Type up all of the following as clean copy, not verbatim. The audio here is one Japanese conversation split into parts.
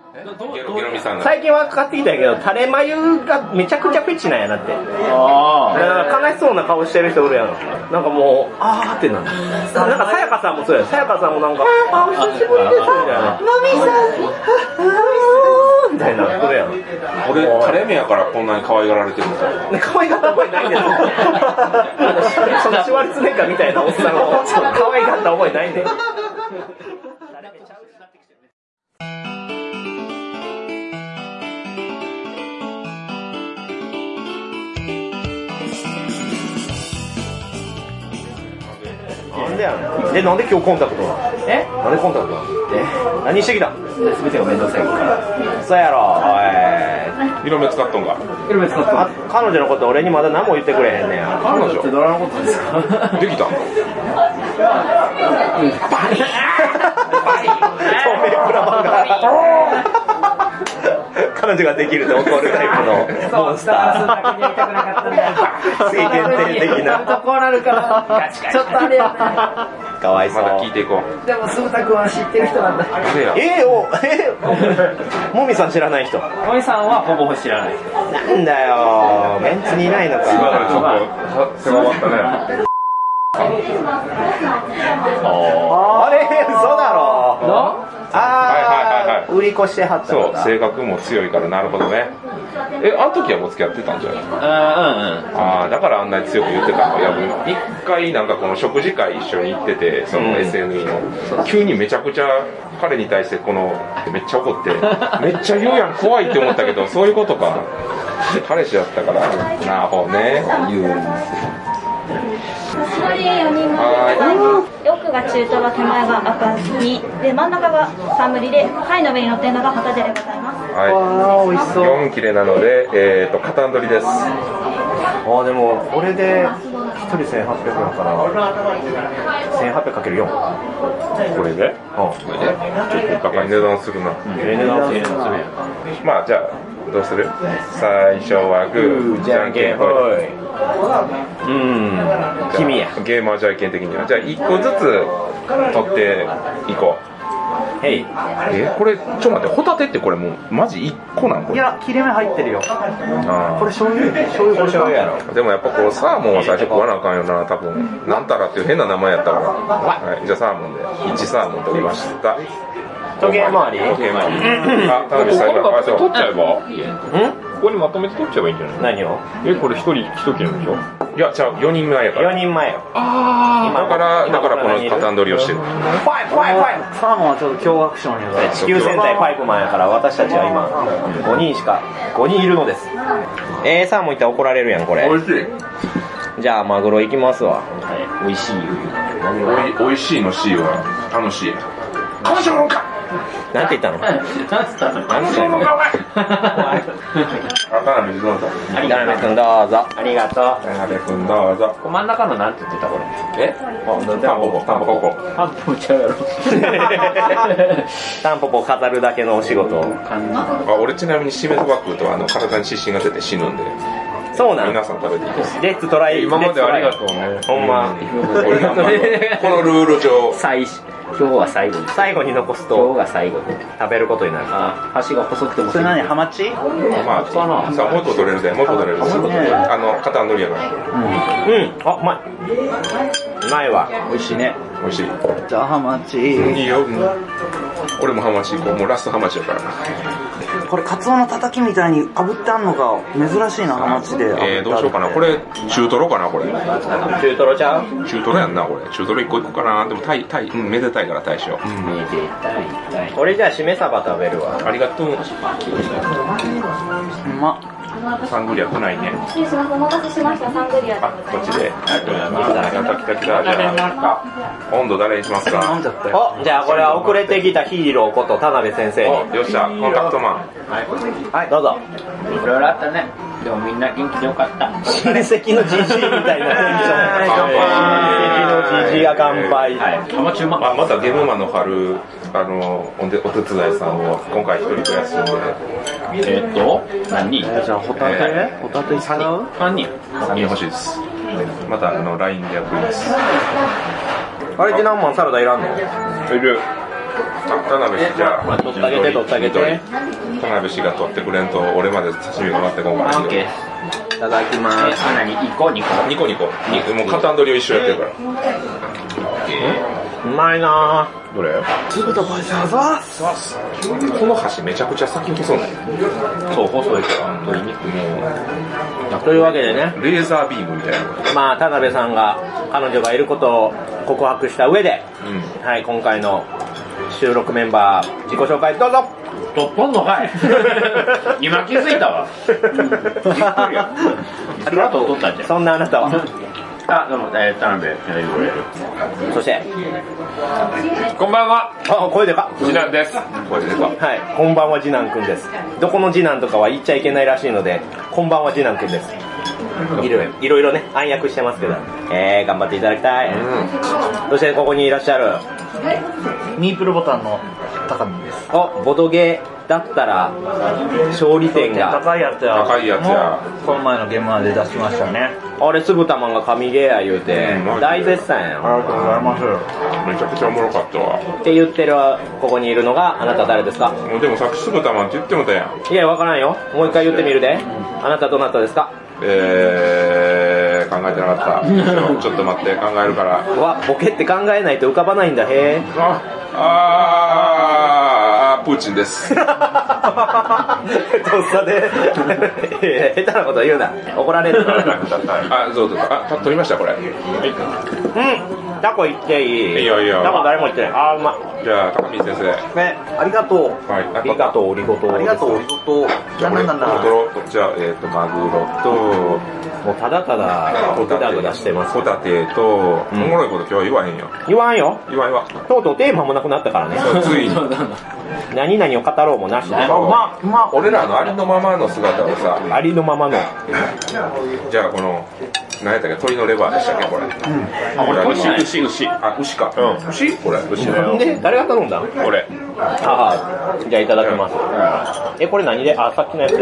ゲロミさんが最近分かってきたけど、垂れ眉がめちゃくちゃフェチなんやなって。悲しそうな顔してる人おるやん。なんかもう、あーってなる。なんかさやかさんもそうや。さやかさんもなんか、あ、お久しぶりですみたいな。マミさんみたいなことやん。 俺、垂れ目やからこんなに可愛がられてるんだよ。 可愛がった覚えないんですよ。そのシュワルツェネッガーみたいなおっさんを可愛がった覚えないんで。なんでやん。なんで今日コンタクトなの？なんでコンタクトなの？何してきた？全てがめんどくさいから。そうやろ。 色目使っとんか。 色目使っとん。彼女のこと俺にまだ何も言ってくれへんねや。 彼女ってどらのことですか？ できたん？ バリ透明クラバンが彼女ができると怒るタイプのモンスター。次限定的な。 こうなるからちょっとあれやね。 かわいそう。 まだ聞いていこう。 でも鈴田君は知ってる人なんだ。 もみさん知らない人。 もみさんはほぼ知らない人。 なんだよ、メンツにいないのか。 ちょっと狭まったね。 あれ嘘だろ。売り越してはった。 そう、性格も強いから。なるほどね。あの時はもう付き合ってたんじゃない？ああ、だからあんなに強く言ってたのか。いや、一回なんかこの食事会一緒に行ってて、その SNE の、急にめちゃくちゃ彼に対してこのめっちゃ怒って、めっちゃ言うやん、怖いって思ったけど、そういうことか。彼氏だったから、なるほどね、言うんですよ。 4人前、奥が中トロ、手前が赤身で、真ん中が冠で、貝の上に乗っているのがホタテでございます。 はい、 美味しそう。 4切れなので、片取りです。 でもこれで1人1800円から 1800×4 これで？結構高い値段するな。 値段する。 まあじゃあどうする？最初はグーじゃんけんほい。 君や。 ゲーマーじゃんけん的にはじゃあ1個ずつ取っていこう。これちょっと待って、ホタテってこれもうマジ1個なん？これいや、切れ目入ってるよ。これ醤油やろ。 でもやっぱこうサーモンは最初食わなあかんよな、多分。なんたらっていう変な名前やったから。はい、じゃあサーモンで1サーモン取りました。 時計回り？ 時計回り。あ、田辺最後は取っちゃえば？ここにまとめて取っちゃえばいいんじゃない？ 何を？ これ1人1切れでしょ？ いや、じゃあ4人前やから。 4人前よ。 だからこの片取りをしてる。 サーモンはちょっと凶アクションやから。 地球戦隊パイプマンやから私たちは今5人いるのです。サーモンいったら怒られるやんこれ。 美味しい。 じゃあマグロいきますわ。 美味しい。 美味しいの C は楽しい。彼女のか。 なんて言ったの？ なんて言ったの？田辺どうぞ。 田辺君どうぞ。ありがとう。 田辺君どうぞ。 真ん中のなんて言ってたこれ？ タンポポ。 タンポポちゃうやろ。 タンポポ飾るだけのお仕事。 俺ちなみにシメとバッグと体に湿疹が出て死ぬんで。 そうなん。 皆さん食べていいです。 レッツトライ。 今までありがとうね。 ほんま。 このルール上。 今日は最後に残すと今日が最後食べることになる。 箸が細くても。それ何？ハマチ？ まあさあもう一個取れるで。もう一個取れる。片塗りやから。 あ、うまい。うまいわ。 美味しいね。 美味しい。 じゃあハマチ。 いいよ。俺もハマチ行こう。もうラストハマチやから。 これカツオのたたきみたいに炙ってあんのが珍しいな、ハマチで。 どうしようかな。これ中トロかなこれ。 中トロちゃう？ 中トロやんなこれ。中トロ1個いこうかな。でもめでたいから大将。 めでたい。 俺じゃあしめ鯖食べるわ。 ありがとう。 うまっ。 サングリア来ないね。 失礼します。お待たせしました。サングリアでございます。 こっちで。ありがとうございます。来た。じゃあ温度誰にしますか？ 飲んじゃったよ。 じゃあこれは遅れてきたヒーローこと田辺先生に。 よっしゃ、コンタクトマン。 はい、どうぞ。 いろいろあったね。でもみんな元気でよかった。 親戚の GG みたいなテンション。親戚の GG が乾杯。 ハマチうま。 またゲームマンの春お手伝いさんを今回一人増やすんで。 何人？じゃあホタテ使う？ 3人欲しいです。またLINE でやってます。 あれで何万サラダいらんの？ いる。田辺じゃあ取ってあげて。 田辺氏が取ってくれんと俺まで刺身が回ってこんからいただきます。 何1個2個 2個もう片取りを一緒やってるからうまいなぁ。 どれ？ 酢豚バイザーザこの箸めちゃくちゃ先細いね。 そう、細いから鶏肉も。というわけでね、 レーザービームみたいなこと。 まあ田辺さんが彼女がいることを告白した上で、はい、今回の収録メンバー自己紹介どうぞ。 取っとんのかい今気づいたわびっくりよありがとう取ったんじゃんそんなあなたはあ、どうも、田辺そしてこんばんはあ、声でか次男です声でかはい、こんばんは次男くんです。どこの次男とかは言っちゃいけないらしいので、こんばんは次男くんです。いろいろね、暗躍してますけど、頑張っていただきたい、そしてここにいらっしゃるミープルボタンの高見です。 ボドゲだったら勝利点が高いやつや。 高いやつや。 この前の現場で出しましたね。 あれ、酢豚マンが神ゲーや言うて、大絶賛やん。 ありがとうございます。 めちゃくちゃおもろかったわ。 って言ってるここにいるのがあなた誰ですか？ でもさっき酢豚マンって言ってもたやん。 いや、わからんよ。もう一回言ってみるで。あなたどなたですか？ 考えてなかったちょっと待って考えるからボケって考えないと浮かばないんだ。へえ。 プーチンですとっさで下手なこと言うな、怒られるからそう取りましたこれ。 タコいっていい？ いいよいいよ。 タコ誰もいってない。うまい。 じゃあ高見先生ね、ありがとう。 はい、 ありがとう、おりごと。 ありがとう、おりごと。なんだじゃあマグロともうただただグダグダしてます。 ホタテとおもろいこと今日は言わへんよ。 言わんよ。 言わんわ。 とうとうテーマもなくなったからね。 ついに何々を語ろうもなしで、 俺らのありのままの姿をさ、 ありのままの。 じゃあこの何やったっけ、鶏のレバーでしたっけこれ。牛。あ、牛か。牛？これ。牛だよ。 で、誰が頼んだ？ 俺。 じゃあいただきます。これ何で？さっきのやつ。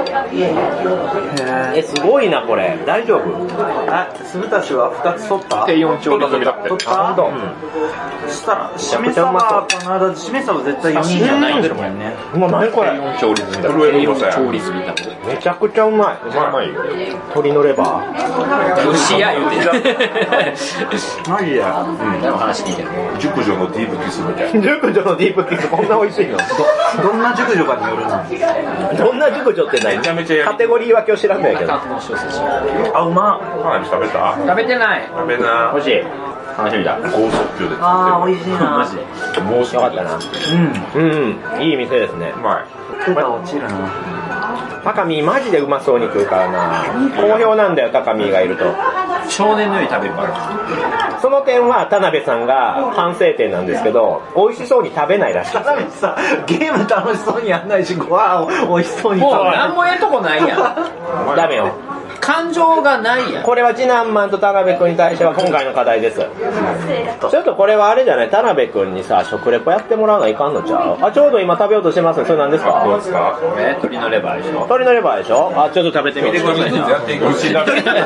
すごいなこれ。大丈夫？ 酢豚酒は2つ取った？ 低温調理済みだって。 取った？そしたらしめ鯖かな。しめ鯖絶対4人じゃないんだよね。 もう何これ？ 低温調理済みだ。 震える色さや。 調理済みだ。 めちゃくちゃうまい。 うまいよ。 鶏のレバー。 牛や言うてマジや。 でも話聞いてる。 熟女のディープキスみたいな。 熟女のディープキスこんな美味しいの？ どんな熟女かによるな。 どんな熟女って何？ めちゃめちゃカテゴリー分けを知らんのやけど。 うまっ。 花火食べた？ 食べてない。 食べな。 欲しい。楽しみだ。 高速球で。 美味しいな。 マジで。 もうよかったな。いい店ですね。 うまい。 手が落ちるな。 高見マジでうまそうに食うからな。好評なんだよ、高見がいると。 少年のように食べるから。 その点は田辺さんが反省点なんですけど、美味しそうに食べないらしい。 田辺さ、ゲーム楽しそうにやんないし、ご飯美味しそうにもう食べない。 何もええとこないやん。 ダメよ。 感情がないやん。 これは次男マンと田辺君に対しては今回の課題です。ちょっとこれはあれじゃない、田辺君にさ、食レポやってもらわないかんのちゃう？ちょうど今食べようとしてますね。それ何ですか？ どうですか？ 鶏のレバーでしょ。 鶏のレバーでしょ？ちょっと食べてみてくださいね。 やっていこう。 咀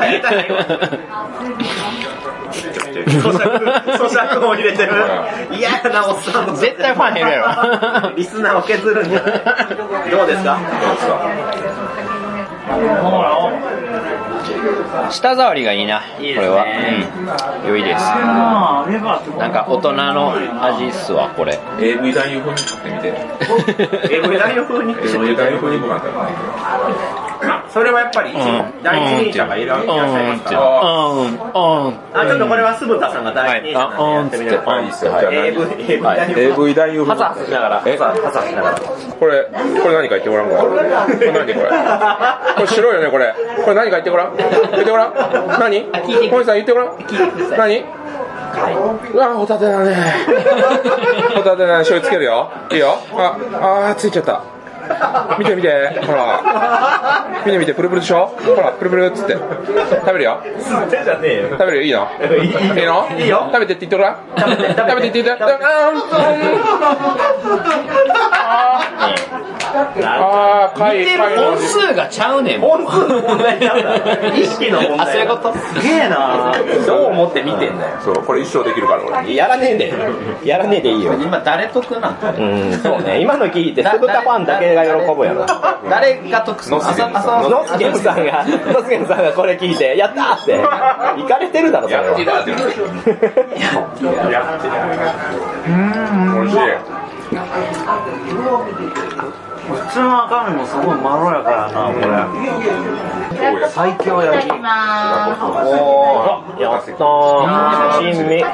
嚼音入れてる。嫌やな、おっさん。 絶対ファン減るやろ。 リスナーを削るんじゃない？どうですか？ 舌触りがいいな。これは。良いです。なんか大人の味っすわこれ。 AV 男優風に食ってみて。 AV 男優風に？ AV 男優風にご飯食べて。 それはやっぱり第一人者がいらっしゃいますから。ちょっとこれは酢豚さんが第一人者なんでやってみてください。 AV 男優風。 ハサしながら。ハサしながら。 これ何か言ってごらんこれ。これ何これ。これ白いよねこれ。これ何か言ってごらん。言ってごらん。何？小西さん言ってごらん。何？うわ、ホタテだね。ホタテだね。醤油つけるよ。いいよ。ついちゃった。見て見て、ほら。見て見て、プルプルでしょ。ほら、プルプルっつって。食べるよ。食べるよ。いいの？いいの？いいよ。食べてって言ってごらん。食べてって言って。 ああ、 見てる本数がちゃうねん。 本数の問題ちゃうから意識の問題。 あ、そういうこと。 すげえな。どう思って見てんだよ。 そう、これ一生できるから俺。 やらねえで。やらねえでいいよ。 今誰得なんだ。 そうね。今の聞いて、酢豚ファンだけが喜ぶやろ。 誰が得するの？ ノスケンさんがこれ聞いて、やったーって。行かれてるだろ、それは。 やってだってやってだ。美味しい。 普通の赤身もすごいまろやかやな、これ。最強や。 やったー。新味。2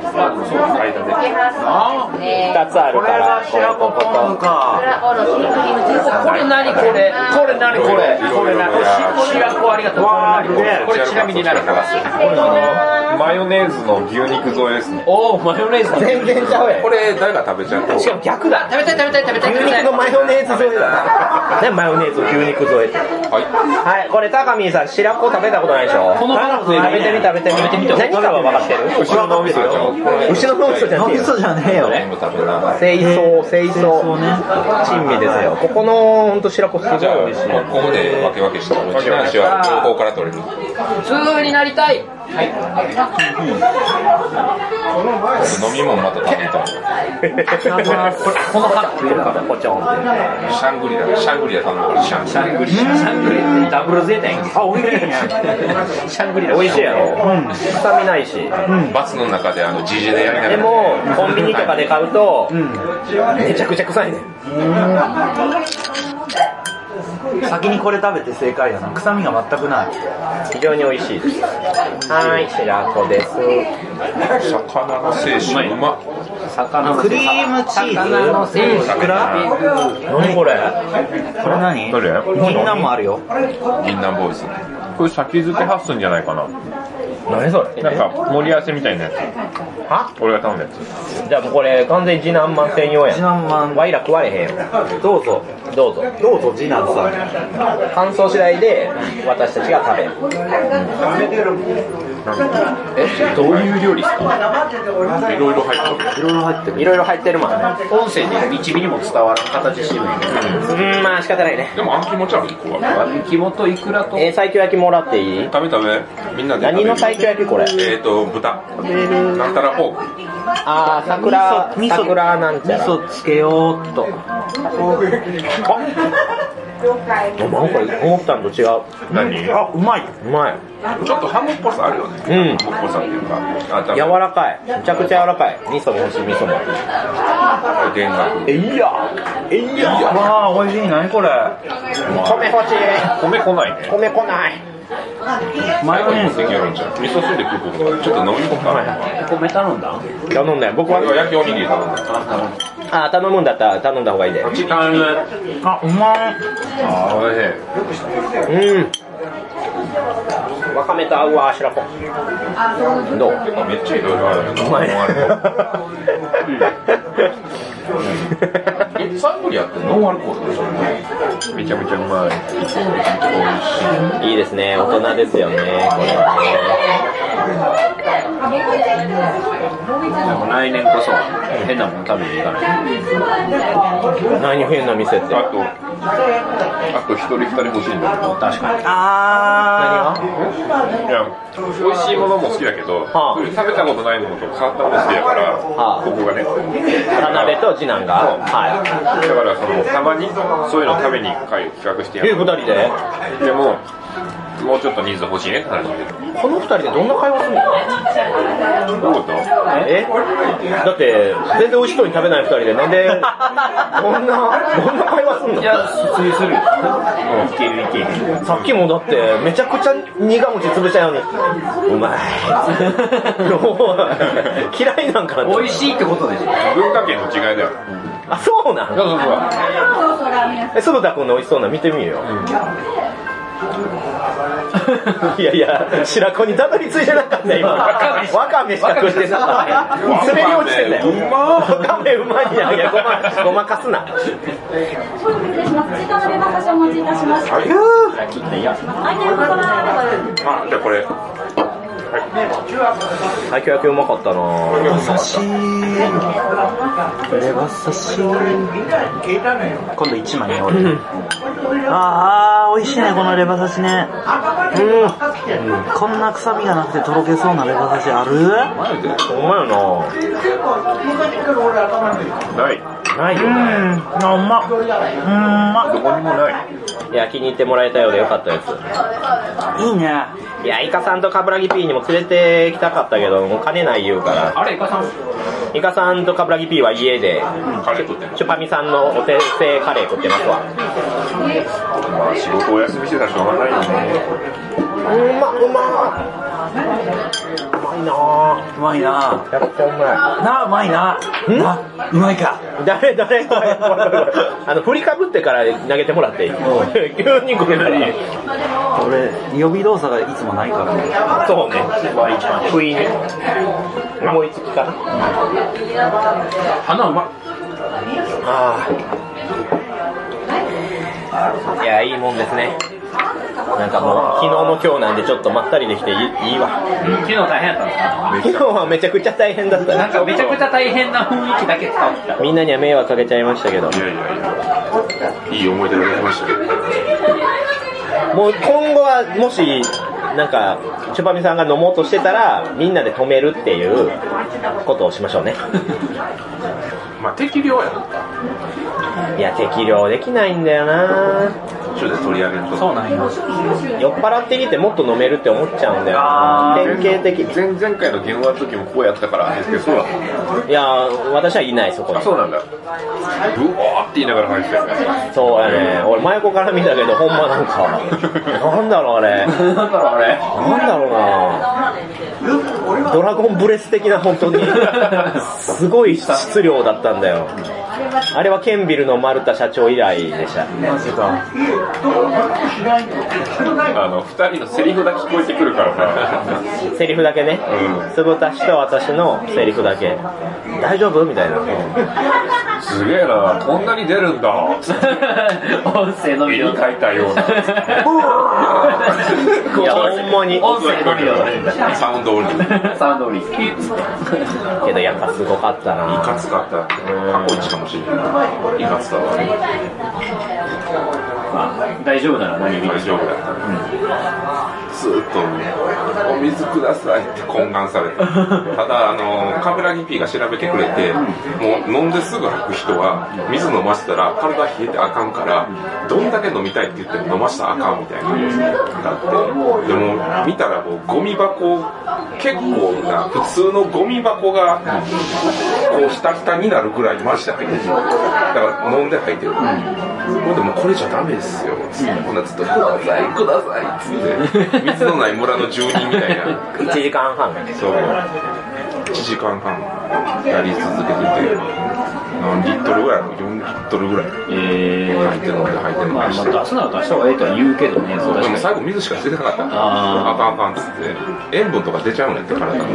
つあるから、 白子ポン酢か。 これ何これ？これ何これ？これ何？白子ありがとう。これちなみに何かがする？ マヨネーズの牛肉添えですね。 おー、マヨネーズ全然ちゃうやん。 これ誰が食べちゃう？ しかも逆だ。 食べたい。 牛肉のマヨネーズ添えだな。ね、マヨネーズ牛肉添えって。はい、これ高見さん白子食べたことないでしょ。 このバランスで食べてみ。何かは分かってる？ 後ろのお味噌でしょ。 牛の脳みそじゃねえよ。 じゃねえよ。 清掃清味ですよ。ここの本当白子すごい美味しい。 ここで分け分けして、うちの足は両方から取れる。 普通になりたい。はい。 飲み物また食べたい。 この花食えるからポチョンって。 シャングリラ頼むからシャングリラダブルゼータやん。あ、おいしいね。シャングリラ美味しいやろ。臭みないし。 バスの中でジジでやりながら。 でもコンビニとかで買うとめちゃくちゃ臭いね。 先にこれ食べて正解やな。臭みが全くない。 非常に美味しいです。はい、白子です。 魚の精神うま。 クリームチーズ。桜？ 何これ？ これ何？ どれ？ 銀杏もあるよ。 銀杏ボーイズ。これ先付け発寸じゃないかな。 何それ？ なんか盛り合わせみたいなやつ。 は？ 俺が頼んだやつ。 じゃあもうこれ完全に次男マン専用やん。 次男マン。 ワイら食われへんよ。 どうぞ次男さん。 感想次第で私たちが食べる。 どういう料理ですか？ いろいろ入ってるもんね。 音声で1ミリも伝わる形してるんやけど。 まあ仕方ないね。 でもあん気持ち悪い。 肝とイクラと。 西京焼きもらっていい？ 食べみんなで食べる。 何の西京焼きこれ？ 豚。なんたらポーク。 あー、桜なんちゃら。 味噌つけようっと。 なんか思ったんと違う。 何？ あ、うまい。 ちょっとハムっぽさあるよね。ハムっぽさっていうか。 柔らかい。めちゃくちゃ柔らかい。味噌も欲しい、味噌も。 原額。 いや。 わあ、美味しい。何これ？ 米欲しい。 米来ないね。 米来ない。 マヨネーズできるんじゃん。味噌汁で食うことちょっと飲み込むか。 米頼んだ？ 頼んだよ。僕は焼きおにぎり頼んだ。 あ、頼むんだったら頼んだ方がいいで。 あ、うまい。 あ、おいしい。 わかめと合うわ、白子。どう？ めっちゃいろいろある。 うまい。 サングリアってノンアルコールでしょ。めちゃめちゃうまい。 いいですね、大人ですよね、これはでも来年こそ変なもの食べに行かない。 何変な店って？ あと一人二人欲しいんだけど。 確かに。 何が？ いや、美味しいものも好きだけど、食べたことないものと変わったもの好きだから、ここがね。 田辺と次男が。はい。 だからたまにそういうの食べに行く会を企画してやる。 2人で？ でももうちょっと人数欲しいねって話で。 この2人でどんな会話するの？ どういうこと？ だって全然美味しそうに食べない2人でなんでどんな会話すんの？ いや、普通にするよ。いける。 さっきもだってめちゃくちゃ苦餅潰したようにうまい。嫌いなんかな。 美味しいってことでしょ。 文化圏の違いだよ。 あ、そうなん？酢豚君の美味しそうな見てみるよ。いや白子にたどり着いてなかった今。わかめしか食ってなかった。滑り落ちてんだよ。わかめうまいやん。いやごまかすな。 失礼します。追加のレバー差しお持ちいたします。 はい。 アイテムご覧になれば。 じゃあこれ。 西京焼きうまかったな。 レバ刺し。レバ刺し。今度1枚ね、俺。ああ、美味しいね、このレバ刺しね。こんな臭みがなくてとろけそうなレバ刺しある？ うまいよな。ないよね。 うまっ。 どこにもない。 いや、気に入ってもらえたようでよかったです。 いいね。 いや、イカさんとカブラギ P にも連れてきたかったけど、もう金ない言うから。 あれイカさんとカブラギ P は家で、 カレー食ってんの？ チュパミさんのお手製カレー食ってますわ。 まあ仕事お休みしてたらしょうがないよね。 うまいなぁ。やっぱうまい。 うまいな。うまいか。 誰振りかぶってから投げてもらっていい？急に来るなり。 俺、予備動作がいつもないからね。 そうね。不意に。思いつきかな。 花うまい。 いや、いいもんですね。なんかもう昨日の今日なんでちょっとまったりできていいわ。 昨日大変だったんですか？ 昨日はめちゃくちゃ大変だった。 なんかめちゃくちゃ大変な雰囲気だけ伝わってきた。 みんなには迷惑かけちゃいましたけど。 いやいい思い出ができましたけど。 もう今後はもしなんかチュパミさんが飲もうとしてたらみんなで止めるっていうことをしましょうね。 まあ適量や。 いや、適量できないんだよな。 途中で取り上げると。 そうなんよ。 酔っ払ってきてもっと飲めるって思っちゃうんだよな。典型的。 前々回の現場の時もこうやってたからですけど、そうだ。 いや、私はいないそこに。 あ、そうなんだ。うわーって言いながら入ってたよね。 そうやね。俺真横から見たけどほんまなんかなんだろうあれ。なんだろうな。ドラゴンブレス的な本当にすごい質量だったんだよ。あれはケンビルの丸田社長以来でした。 マジか。 2人のセリフだけ聞こえてくるからさ。 セリフだけね。つぶたしと私のセリフだけ。大丈夫みたいな。 すげえな、こんなに出るんだ。 音声のみ絵に描いたような。 いや、ほんまに。 音声のみよ。 サウンドオンリー。 サウンドオンリー。 けどやっぱすごかったな。 いかつかった。過去一かもしれない。いかつだわ。 まあ、大丈夫なら何より大丈夫だった。ずっとお水くださいって懇願された。ただカブラギ P が調べてくれて、もう飲んですぐ吐く人は水飲ませたら体冷えてあかんから、どんだけ飲みたいって言っても飲ましたらあかんみたいなのがあって、でも見たらもうゴミ箱、結構な普通のゴミ箱がこうひたひたになるぐらいマジで入ってる。だから飲んで入ってる。ほんでもこれじゃダメですよ。こんなずっとくださいくださいっつって水のない村の住人みたいな。 1時間半。 そう1時間半やり続けてて、何リットルぐらいの4リットルぐらい入って飲んで入って飲んでして、 出すなら出した方がいいとは言うけどね。 でも最後水しか出てなかったの。あかんあかんっつって塩分とか出ちゃうねんって体に。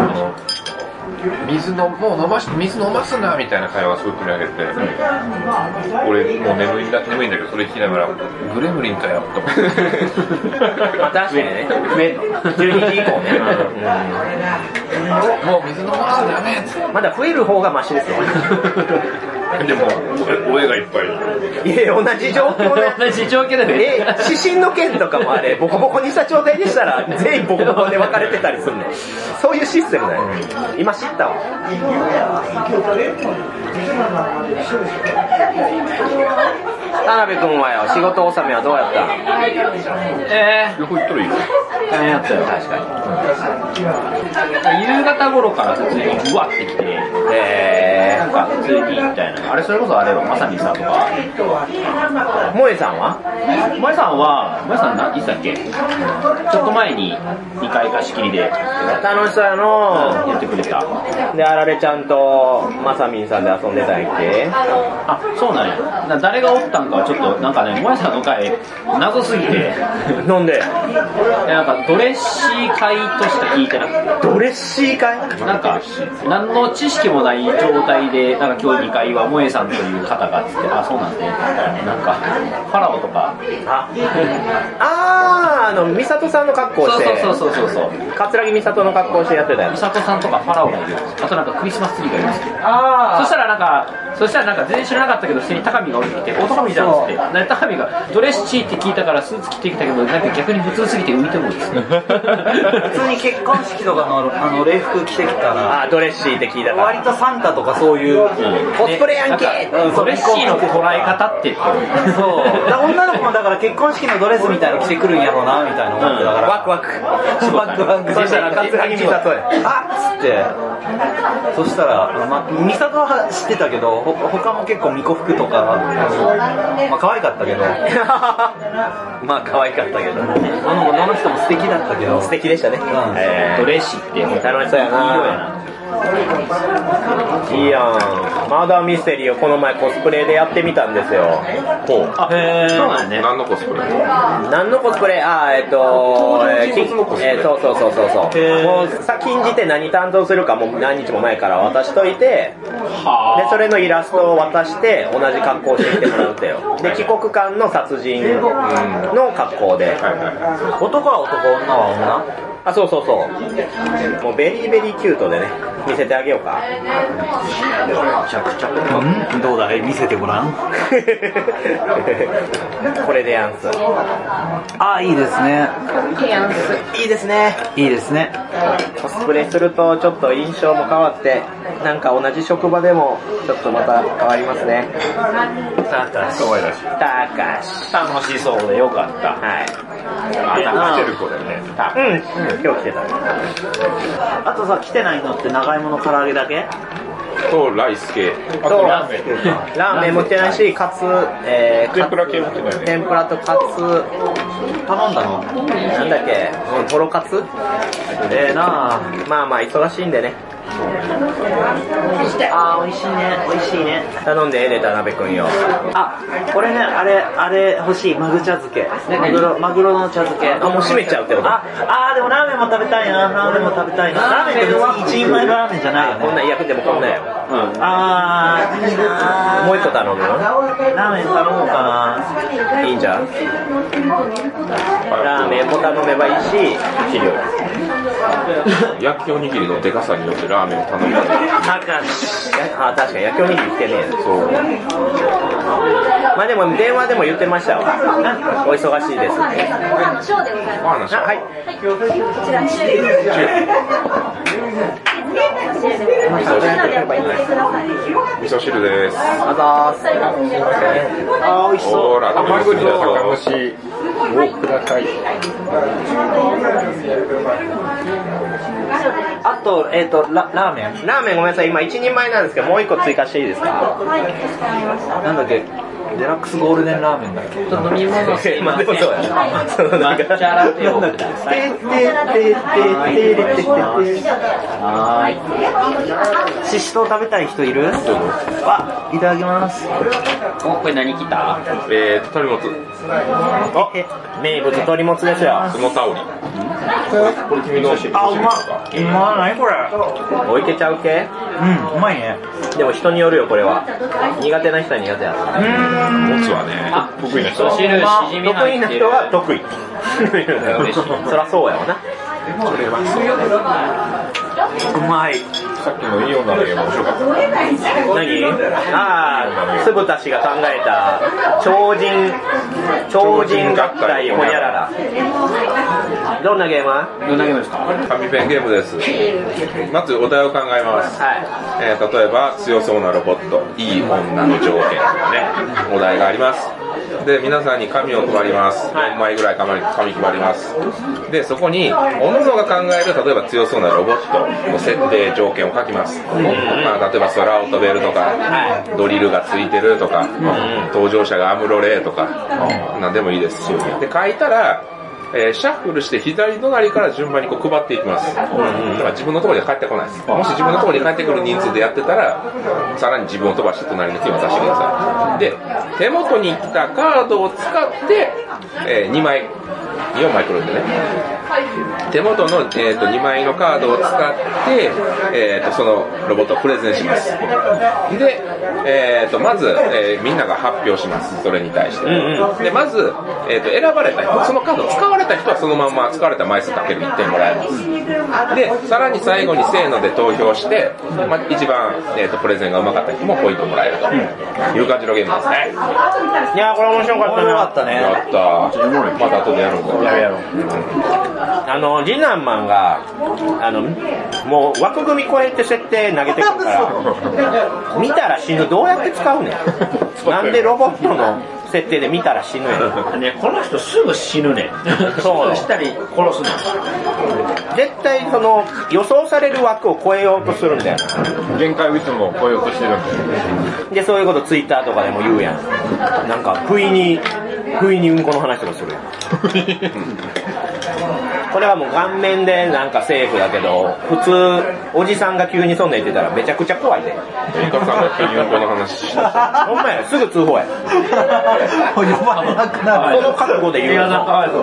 水飲ますなみたいな会話がすごい繰り上げて、俺もう眠いんだけどそれ聞きながらグレムリンかよと思って。 確かにね。増えんの12時以降ね。 もう水飲ませダメっつって。 まだ増える方がマシですよ。 でもお絵がいっぱい。 いや、同じ状況ね。 同じ状況で指針の件とかもあれボコボコにした状態でしたら全員ボコボコで分かれてたりするね。そういうシステムだよ。今知ったわ。田辺君はよ、仕事納めはどうやった？ どこ行ったらいいの？ 大変やったよ。確かに。夕方頃から普通にブワってきて、なんか普通にみたいな。あれそれこそあれはまさにさんとか。 萌えさんは？ 萌えさん何いつだっけ？ちょっと前に2回貸し切りで楽しそうやのやってくれた。 で、あられちゃんとまさみんさんで遊んでたんやっけ？ あ、そうなんや。誰がおったんかはちょっとなんかね、萌えさんの回謎すぎて。 なんで？ なんかドレッシー会としか聞いてなくて。 ドレッシー会？ なんか何の知識もない状態で、なんか今日2回は萌えさんという方がつって、あ、そうなんで、なんかファラオとか美里さんの格好して、 そう桂木美里の格好してやってたやつ。 美里さんとかファラオがいる。あとなんかクリスマスツリーがいるんですよ。そしたらなんか全然知らなかったけど、普通に高見が降りてきて、お、高見じゃんっつって、高見がドレッシーって聞いたからスーツ着てきたけど、なんか逆に普通すぎて浮いてもんですね。 普通に結婚式とかの礼服着てきたら、 ドレッシーって聞いたから。 割とサンタとかそういう、 コスプレやんけ。 ドレッシーの捉え方ってそう。女の子もだから結婚式のドレスみたいの着てくるんやろうなみたいな思ってたから。 ワクワク。 そしたら桂木美里や。あっつって。そしたら美里は知ってたけど、他も結構巫女服とか、可愛かったけど。 可愛かったけど。 どの人も素敵だったけど。 素敵でしたね。 ドレッシーって楽しそうやな。いいやん。マーダーミステリーをこの前コスプレでやってみたんですよ。 そうなんね。 何のコスプレ？ 何のコスプレ？そう。もう禁じて何担当するかもう何日も前から渡しといて、でそれのイラストを渡して同じ格好をしてきてもらうってよ。で帰国間の殺人の格好で。 男は男、女は女？ そう。もうベリーベリーキュートでね、見せてあげようか。 めちゃくちゃ。どうだい？見せてごらん。 これでやんす。 いいですね。 いいですね。 いいですね。 コスプレするとちょっと印象も変わって、なんか同じ職場でもちょっとまた変わりますね。 たかし楽しそうでよかった。 はい。 来てる子だよね。 今日来てた。 あとさ、来てないのって長芋の唐揚げだけ？ とライス系。あとラーメン。 ラーメンも来てないし、カツ、 天ぷら系も来てないね。 天ぷらとカツ。 頼んだの？ なんだっけ？トロカツ？ なまあ忙しいんでね。 美味しいね。 頼んで出た鍋くんよ。 これね、あれ欲しい、マグ茶漬け。マグロの茶漬け。 もう閉めちゃうってこと？ でもラーメンも食べたいな。ラーメンって別に一人前のラーメンじゃないよね。 こんなんでもこんなんよ。 いいな。 もう一個頼むの？ ラーメン頼もうかな。 いいんじゃん。ラーメンも頼めばいいし、肥料。 焼きおにぎりのでかさによってラーメンを頼む。 確かに焼きおにぎり来てねえ。 そう。 でも電話でも言ってましたわ。お忙しいです。 ショーでございます。 はい。 こちらシューでございます。 味噌汁です。 美味しそう。 ほら、ハマグリの酒蒸しをください。 あと、ラーメンごめんなさい。今1人前なんですけど、もう1個追加していいですか？ はい、かしこまりました。 なんだっけ、デラックスゴールデンラーメンだっけ？ 飲み物すいません。 でもそうやな。 抹茶ラテをください。 ししとう食べたい人いる？いただきます。 これ何来た？ 鶏もつ。 名物鶏もつですよ。 スモタオリ。これ君のうまないこれ。 おいけちゃう系？ うまいね。 でも人によるよ、これは。苦手な人は苦手や。 もつはね、得意な人は。 得意な人は得意。そりゃそうやわな。 うまい。 さっきのいい女のゲーム面白かった。 何？酢豚氏が考えた超人合体ほにゃらら。どんなゲームですか？ 紙ペンゲームです。まずお題を考えます。例えば強そうなロボット、いい女の条件とかね、お題があります。で、皆さんに紙を配ります。4枚ぐらい紙配ります。で、そこにおのぞが考える、例えば強そうなロボットの設定条件を書きます。例えば空を飛べるとか、ドリルがついてるとか、登場者がアムロレーとか、何でもいいです。で、書いたら、シャッフルして左隣から順番にこう配っていきます。だから自分のところに帰ってこないです。もし自分のところに帰ってくる人数でやってたら、さらに自分を飛ばして隣の人に渡してください。で、手元に来たカードを使って、4枚来るんでね。 手元の、2枚のカードを使って、そのロボットをプレゼンします。で、まず、みんなが発表します。それに対して。で、まず、選ばれた人、そのカード使われた人はそのまま使われた枚数かける1点もらえます。で、さらに最後にせーので投票して、一番、プレゼンがうまかった人もポイントもらえるという感じのゲームですね。 いやー、これ面白かったね。 やったー。また後でやるんだ。 やろう。次男マンがもう枠組み超えて設定投げてくるから見たら死ぬどうやって使うねんなんでロボットの設定で見たら死ぬやんね、この人すぐ死ぬねんそうしたり殺すねん絶対その予想される枠を超えようとするんだよ限界をいつも超えようとしてるんだよでそういうことツイッターとかでも言うやんなんか不意にうんこの話とかするやんこれはもう顔面でなんかセーフだけど普通おじさんが急にそんな言ってたらめちゃくちゃ怖いでイカさんが急にうんこの話したほんまやすぐ通報や呼ばれなくなるその覚悟で言うよイ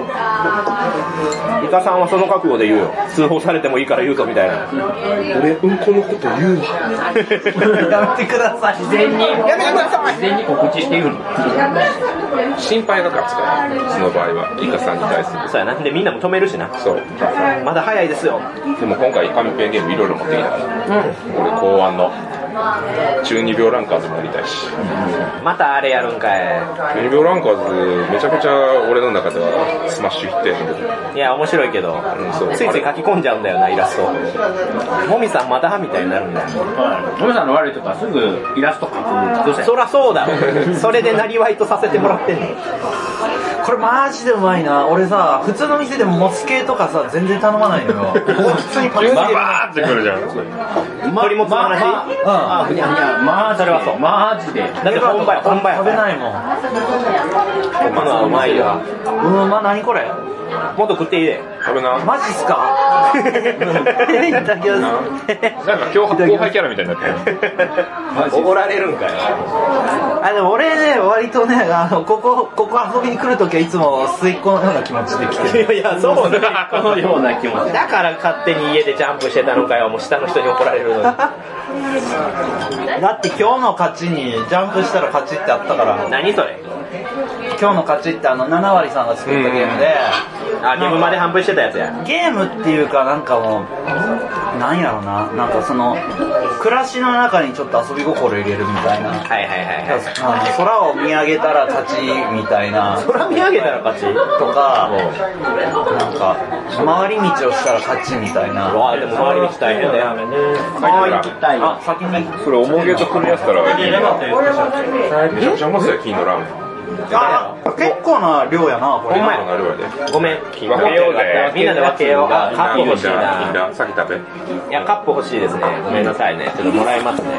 カさんはその覚悟で言うよ通報されてもいいから言うぞみたいな俺うんこのこと言うわやめてください事前に告知して言うの心配が勝つからその場合はイカさんに対するそうやなでみんなも止めるしなそうまだ早いですよでも今回紙ペンゲームいろいろ持ってきたから、俺考案の中二病ランカーズもやりたいし、 またあれやるんかい中二病ランカーズめちゃくちゃ俺の中ではスマッシュヒットやねんけどいや面白いけど、そうついつい書き込んじゃうんだよなイラストもみさんまたみたいになるんだよもみさんの悪いとかすぐイラスト描くそらそうだろそれでなりわいとさせてもらってんのこれマジでうまいな俺さ普通の店でもモツ系とかさ全然頼まないのよ普通にパチバーってくるじゃん鶏もつの話いやそれはそうマジでだって本場や食べないもん今のはうまいよ何これもっと食っていいで食べなマジっすかいただきますなんか後輩キャラみたいになってるおごられるんかよでも俺ね割とねここ遊びに来るときはいつも末っ子のような気持ちで来てるいやそうねこのような気持ちだから勝手に家でジャンプしてたのかよもう下の人に怒られるのにだって今日の勝ちにジャンプしたら勝ちってあったから何それ今日の勝ちって7割さんが作ったゲームでゲームまで半分してたやつやゲームっていうかなんかもうなんやろななんかその暮らしの中にちょっと遊び心入れるみたいな空を見上げたら勝ちみたいな空見上げたら勝ちとかなんか回り道をしたら勝ちみたいなでも回り道大変だよ行きたい先にそれおもげと組み合わせたらいいなめちゃくちゃうまそうや金のラーメン結構な量やなこれごめん分けようぜみんなで分けようカップ欲しいな先食べいやカップ欲しいですねごめんなさいねちょっともらいますね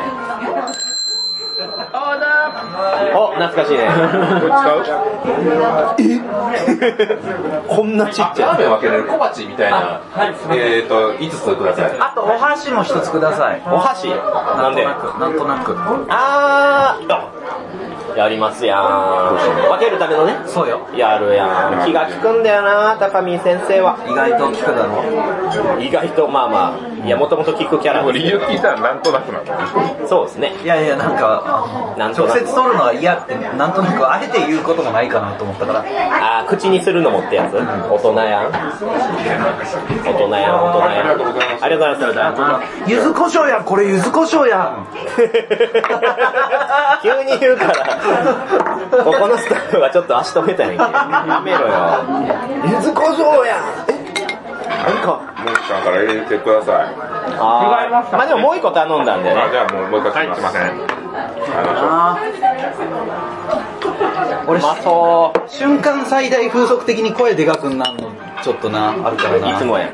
お懐かしいねこれ使うこんなちっちゃいラーメン分けれる小鉢みたいな5つくださいあとお箸も1つくださいお箸なんでなんとなくやりますやん分けるためのねそうよやるやん気が利くんだよな高見先生は意外と効くだろ意外とまあいやもともと効くキャラ理由聞いたらなんとなくなったそうですねいやなんか直接取るのは嫌ってなんとなくあえて言うこともないかなと思ったから口にするのもってやつ大人やんありがとうございます柚子胡椒やんこれ柚子胡椒やん急に言うからここのスタッフはちょっと足止めたんやんけやめろよ柚子胡椒やんなんかモンさんから入れてくださいまあでももう一個頼んだんでねじゃあもう一回すいません俺瞬間最大風速的に声でかくなんのちょっとなあるからないつもや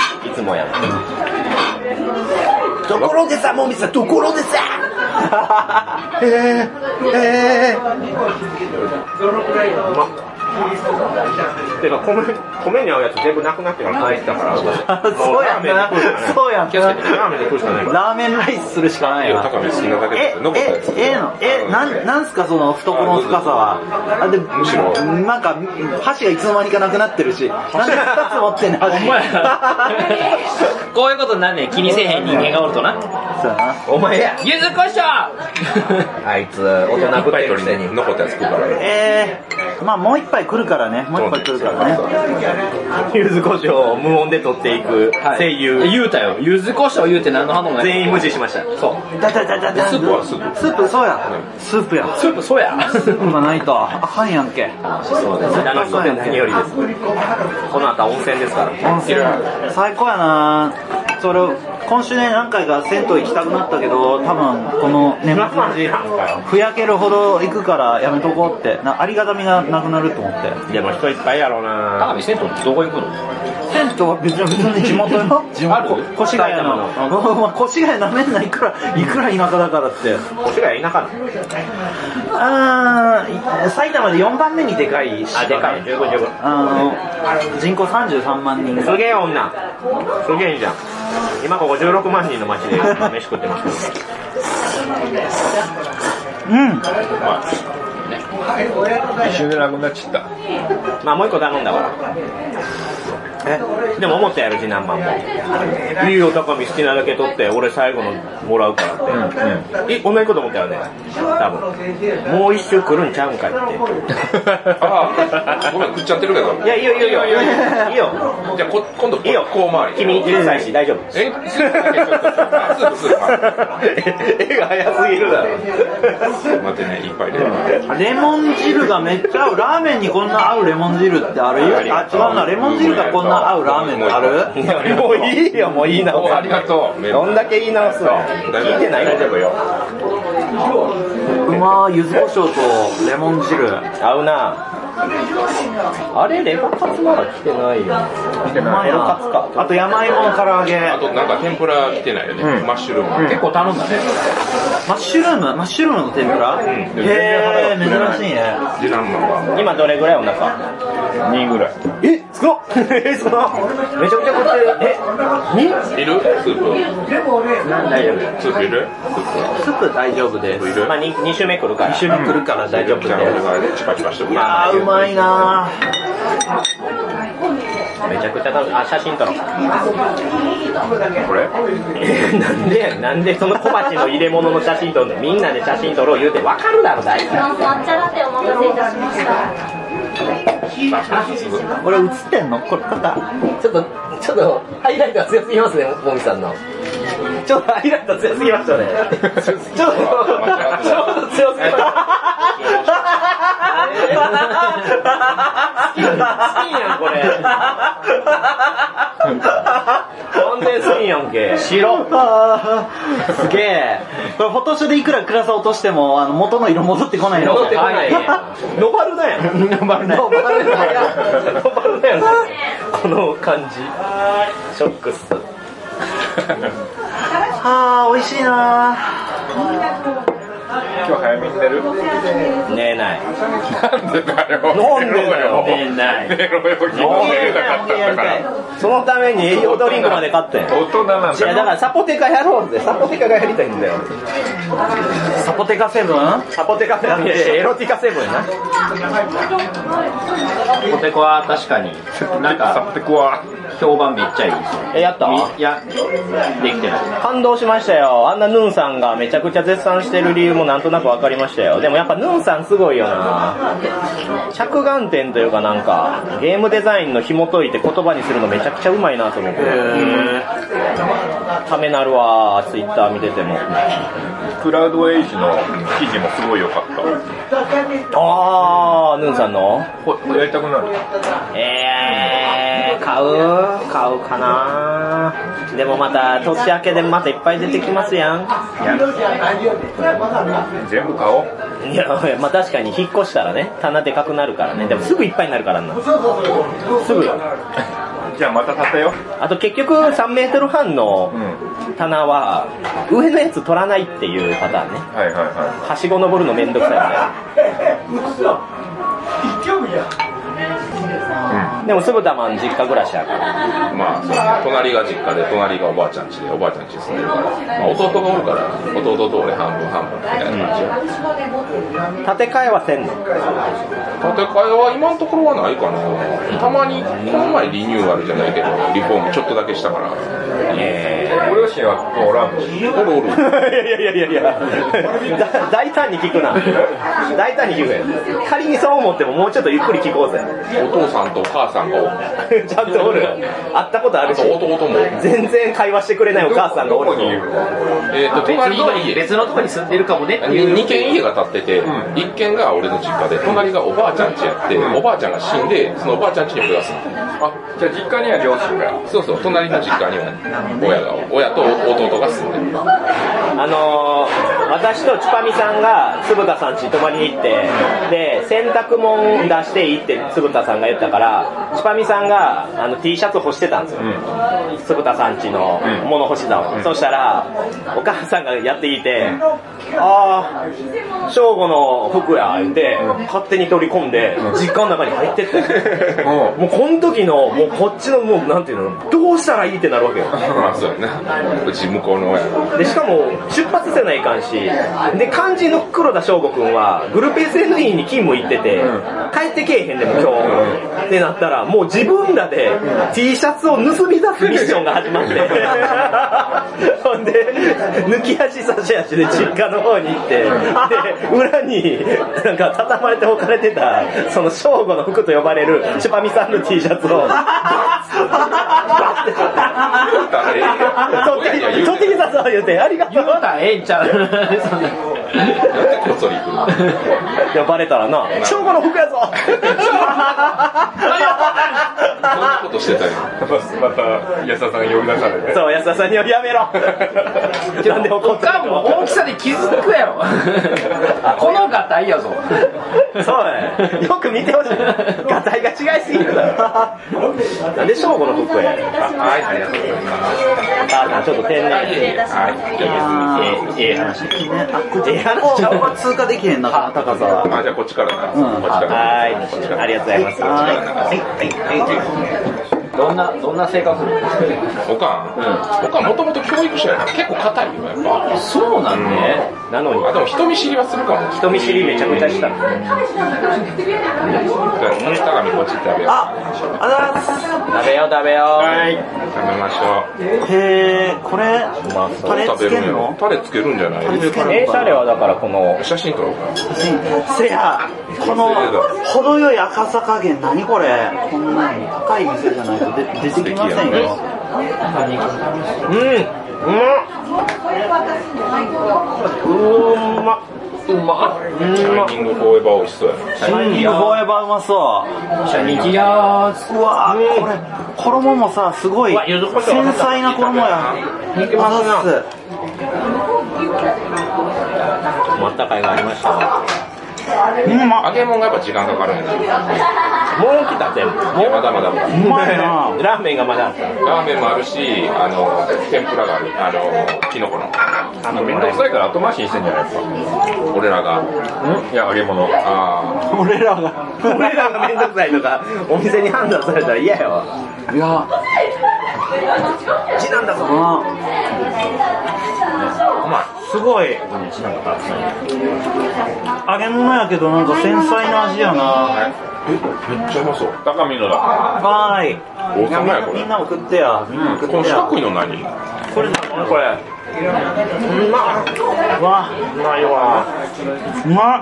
ところでさもみさところでさてか米に合うやつ全部なくなってから帰ったからそうやんなそうやんなラーメンで食うしかないラーメンライスするしかないよ高め好きなだけでなんすかその懐の深さはでむしろなんか箸がいつの間にかなくなってるしなんで2つ持ってんの箸こういうことになんねん気にせえへん人間がおるとなそうやなお前や柚子胡椒あいつ大人ぶってるくせに残ったやつ食うからまあもう一杯来るからねもう一杯来るからね柚子胡椒を無音で取っていく声優言うたよ柚子胡椒言うて何の反応もない全員無視しましたそうだスープはスそうやスープやスープそうやスープがないとあかんやんけそうです何よりですこの後は温泉ですから温泉最高やなそれ今週ね何回か銭湯行きたくなったけど多分この年末年始ふやけるほど行くからやめとこうってありがたみがなくなると思ってでも人いっぱいやろうな高見銭湯ってどこ行くの銭湯は別に地元よ地元越谷の越谷なめんないくら田舎だからって越谷田舎な埼玉で4番目にでかいあでかい十分人口33万人すげえ女すげえいいじゃん今ここ16万人の町で飯食ってますけど一瞬でなくなっちゃったまあもう一個頼んだからでも思ったやろ次男坊もいいよ高見好きなだけ取って俺最後のもらうからって同じこと思ったよね多分もう一周来るんちゃうんかいってああごめん食っちゃってるけどいやいいよいいよじゃあ今度いいよこう回り君小さいし大丈夫スープ絵が早すぎるだろ待ってね一杯でレモン汁がめっちゃ合うラーメンにこんな合うレモン汁ってあるよあ違うなレモン汁がこんな合うラーメンってあるもういいよもういいなありがとうどんだけ言い直すの聞いてない大丈夫ようまー柚子胡椒とレモン汁合うなあれレバカツまだ来てないよ来てないなあと山芋の唐揚げあとなんか天ぷら来てないよねマッシュルーム結構頼んだねマッシュルームの天ぷらへえ珍しいね次男坊は今どれぐらいお腹 2ぐらい少っ少なめちゃくちゃ食ってるいるスープ大丈夫スープいるスープ大丈夫ですまあ 2週目来るから 2週目来るから大丈夫ですじゃあ俺がチパチパしておくいやーうまいなめちゃくちゃ楽しい写真撮ろうこれなんでその小鉢の入れ物の写真撮るのみんなで写真撮ろう言うて分かるだろ大体抹茶ラテお待たせいたしましたこれ映ってんのこれちょっとハイライトが強すぎますねもみさんのちょっとハイライト強すぎましたねちょっと強すぎました好きやんこれ完全好きやんけ白すげえこれフォトショーでいくら暗さ落としても元の色戻ってこないの戻ってこないノバルだやんノバルだやんこの感じショックっすはあ美味しいな今日早めに寝る寝ないなんでだよなんでだよ寝ない寝ろよ昨日寝れなかったんだからそのために栄養ドリンクまで買ってん大人なんだいやだからサポテカやろうぜサポテカがやりたいんだよサポテカセブンサポテカセブンエロティカセブンやなポテコは確かになんかサポテコは評判めっちゃいいですやったいやできてない感動しましたよあんなヌンさんがめちゃくちゃ絶賛してる理由もなんとなく分かりましたよでもやっぱヌンさんすごいよな着眼点というかなんかゲームデザインの紐解いて言葉にするのめちゃくちゃうまいなと思ってためなるわツイッター見ててもクラウドエイジの記事もすごい良かったあーヌンさんのやりたくなる買うかなでもまた年明けでまたいっぱい出てきますやん全部買おういやまあ確かに引っ越したらね棚でかくなるからねでもすぐいっぱいになるからなすぐよじゃあまた立てよあと結局3メートル半の棚は上のやつ取らないっていうパターンねはいはいははしご登るのめんどくさいんででも酢豚マン実家暮らしやから。 まあそうね、隣が実家で隣がおばあちゃん家でおばあちゃん家に住んでるから、まあ、弟がおるから弟と俺半分半分みたいな感じや。 建て替えはせんの？ 建て替えは今のところはないかな。たまにこの前リニューアルじゃないけどリフォームちょっとだけしたから。 ご両親はおらんの？ おる。 いや大胆に聞くな。大胆に聞くや。仮にそう思ってももうちょっとゆっくり聞こうぜ。 お父さんとお母さんがおる。 ちゃんとおる。会ったことあるし。 弟も全然会話してくれないお母さんがおる。 隣の家、別のとこに住んでるかもねっていう。 2軒家が建ってて、1軒が俺の実家で、隣がおばあちゃん家やって、おばあちゃんが死んで、そのおばあちゃん家に俺が住んでる。 あ、じゃあ実家には両親が。 そうそう、隣の実家には親と弟が住んでる。 私とチュパミさんがつぶたさん家に泊まりに行って、で洗濯物出していいってつぶたさんが言ったから、チュパミさんがT シャツ干してたんですよ、つぶたさん家の物干し座を、そしたらお母さんがやっていて、ああ正吾の服や言って勝手に取り込んで実家の中に入ってってもうこの時のもうこっちのもうなんていうの、どうしたらいいってなるわけよ。 まあそうやな、うち向こうの親でしかも出発せないかんし、で肝心の黒田翔吾くんはグループ SNE に勤務行ってて、帰ってけえへんでも今日、ってなったらもう自分らで T シャツを盗み出すミッションが始まってほんで抜き足差し足で実家の方に行って、で裏になんか畳まれて置かれてたその翔吾の服と呼ばれるチュパミさんの T シャツを取ってきたぞ言うて、ありがとう。 言うたらええんちゃう。 なんでこっそり行くの。 いやバレたらな、翔吾の服やぞ。 そんなことしてたよ。 また安田さんが呼び出されて。 そう、安田さんにはやめろ。なんで怒ってるの。 大きさで気づくやろ。このガタイやぞ。 そうや。よく見てほしい。ガタイが違いすぎるだろ。なんで翔吾の服や。 はい、ありがとうございます。 母さんちょっと天然。 はい、 ええ話。 ええ話ちゃうわ。 通過できへんな、高さは。 あ、じゃあこっちからな。こっちから。 はい、ありがとうございます。 どんな性格？ おかんもともと教育者やから結構硬いよやっぱ。 そうなんね。 なのに。 あ、でも人見知りはするかも。 人見知りめちゃくちゃした。 じゃあ鏡こっち食べよう。 食べよう。はい。 食べましょう。 へー、これタレつけるの？ タレつけるんじゃない？ タレはだからこの写真撮ろうか。 せや、この程よい赤さ加減、何これ？こんなに高い店じゃないと出てきませんよ。 シャイニングフォーエバー美味しそうやな。 シャイニングフォーエバーうまそう。 シャニキヤー。 うわー、これ衣もさ、すごい繊細な衣や。 まったかいがありました。 揚げ物がやっぱ時間かかるんやな。 もう来た全部。 まだまだ。 うまいな。 ラーメンがまだあった。 ラーメンもあるし、天ぷらがある。キノコの。 めんどくさいから後回しにしてんじゃないですか。 俺らが。 いや、揚げ物。 俺らがめんどくさいとかお店に判断されたら嫌やわ。 いや、 次男だぞ。 うまい。 すごい。揚げ物やけどなんか繊細な味やな。 めっちゃうまそう。 高見のだ。 はーい。 王様やこれ。 みんなも食ってや。 この四角いの何？ これこれ。うまっ。 うわ、 うまいわ。 うまっ。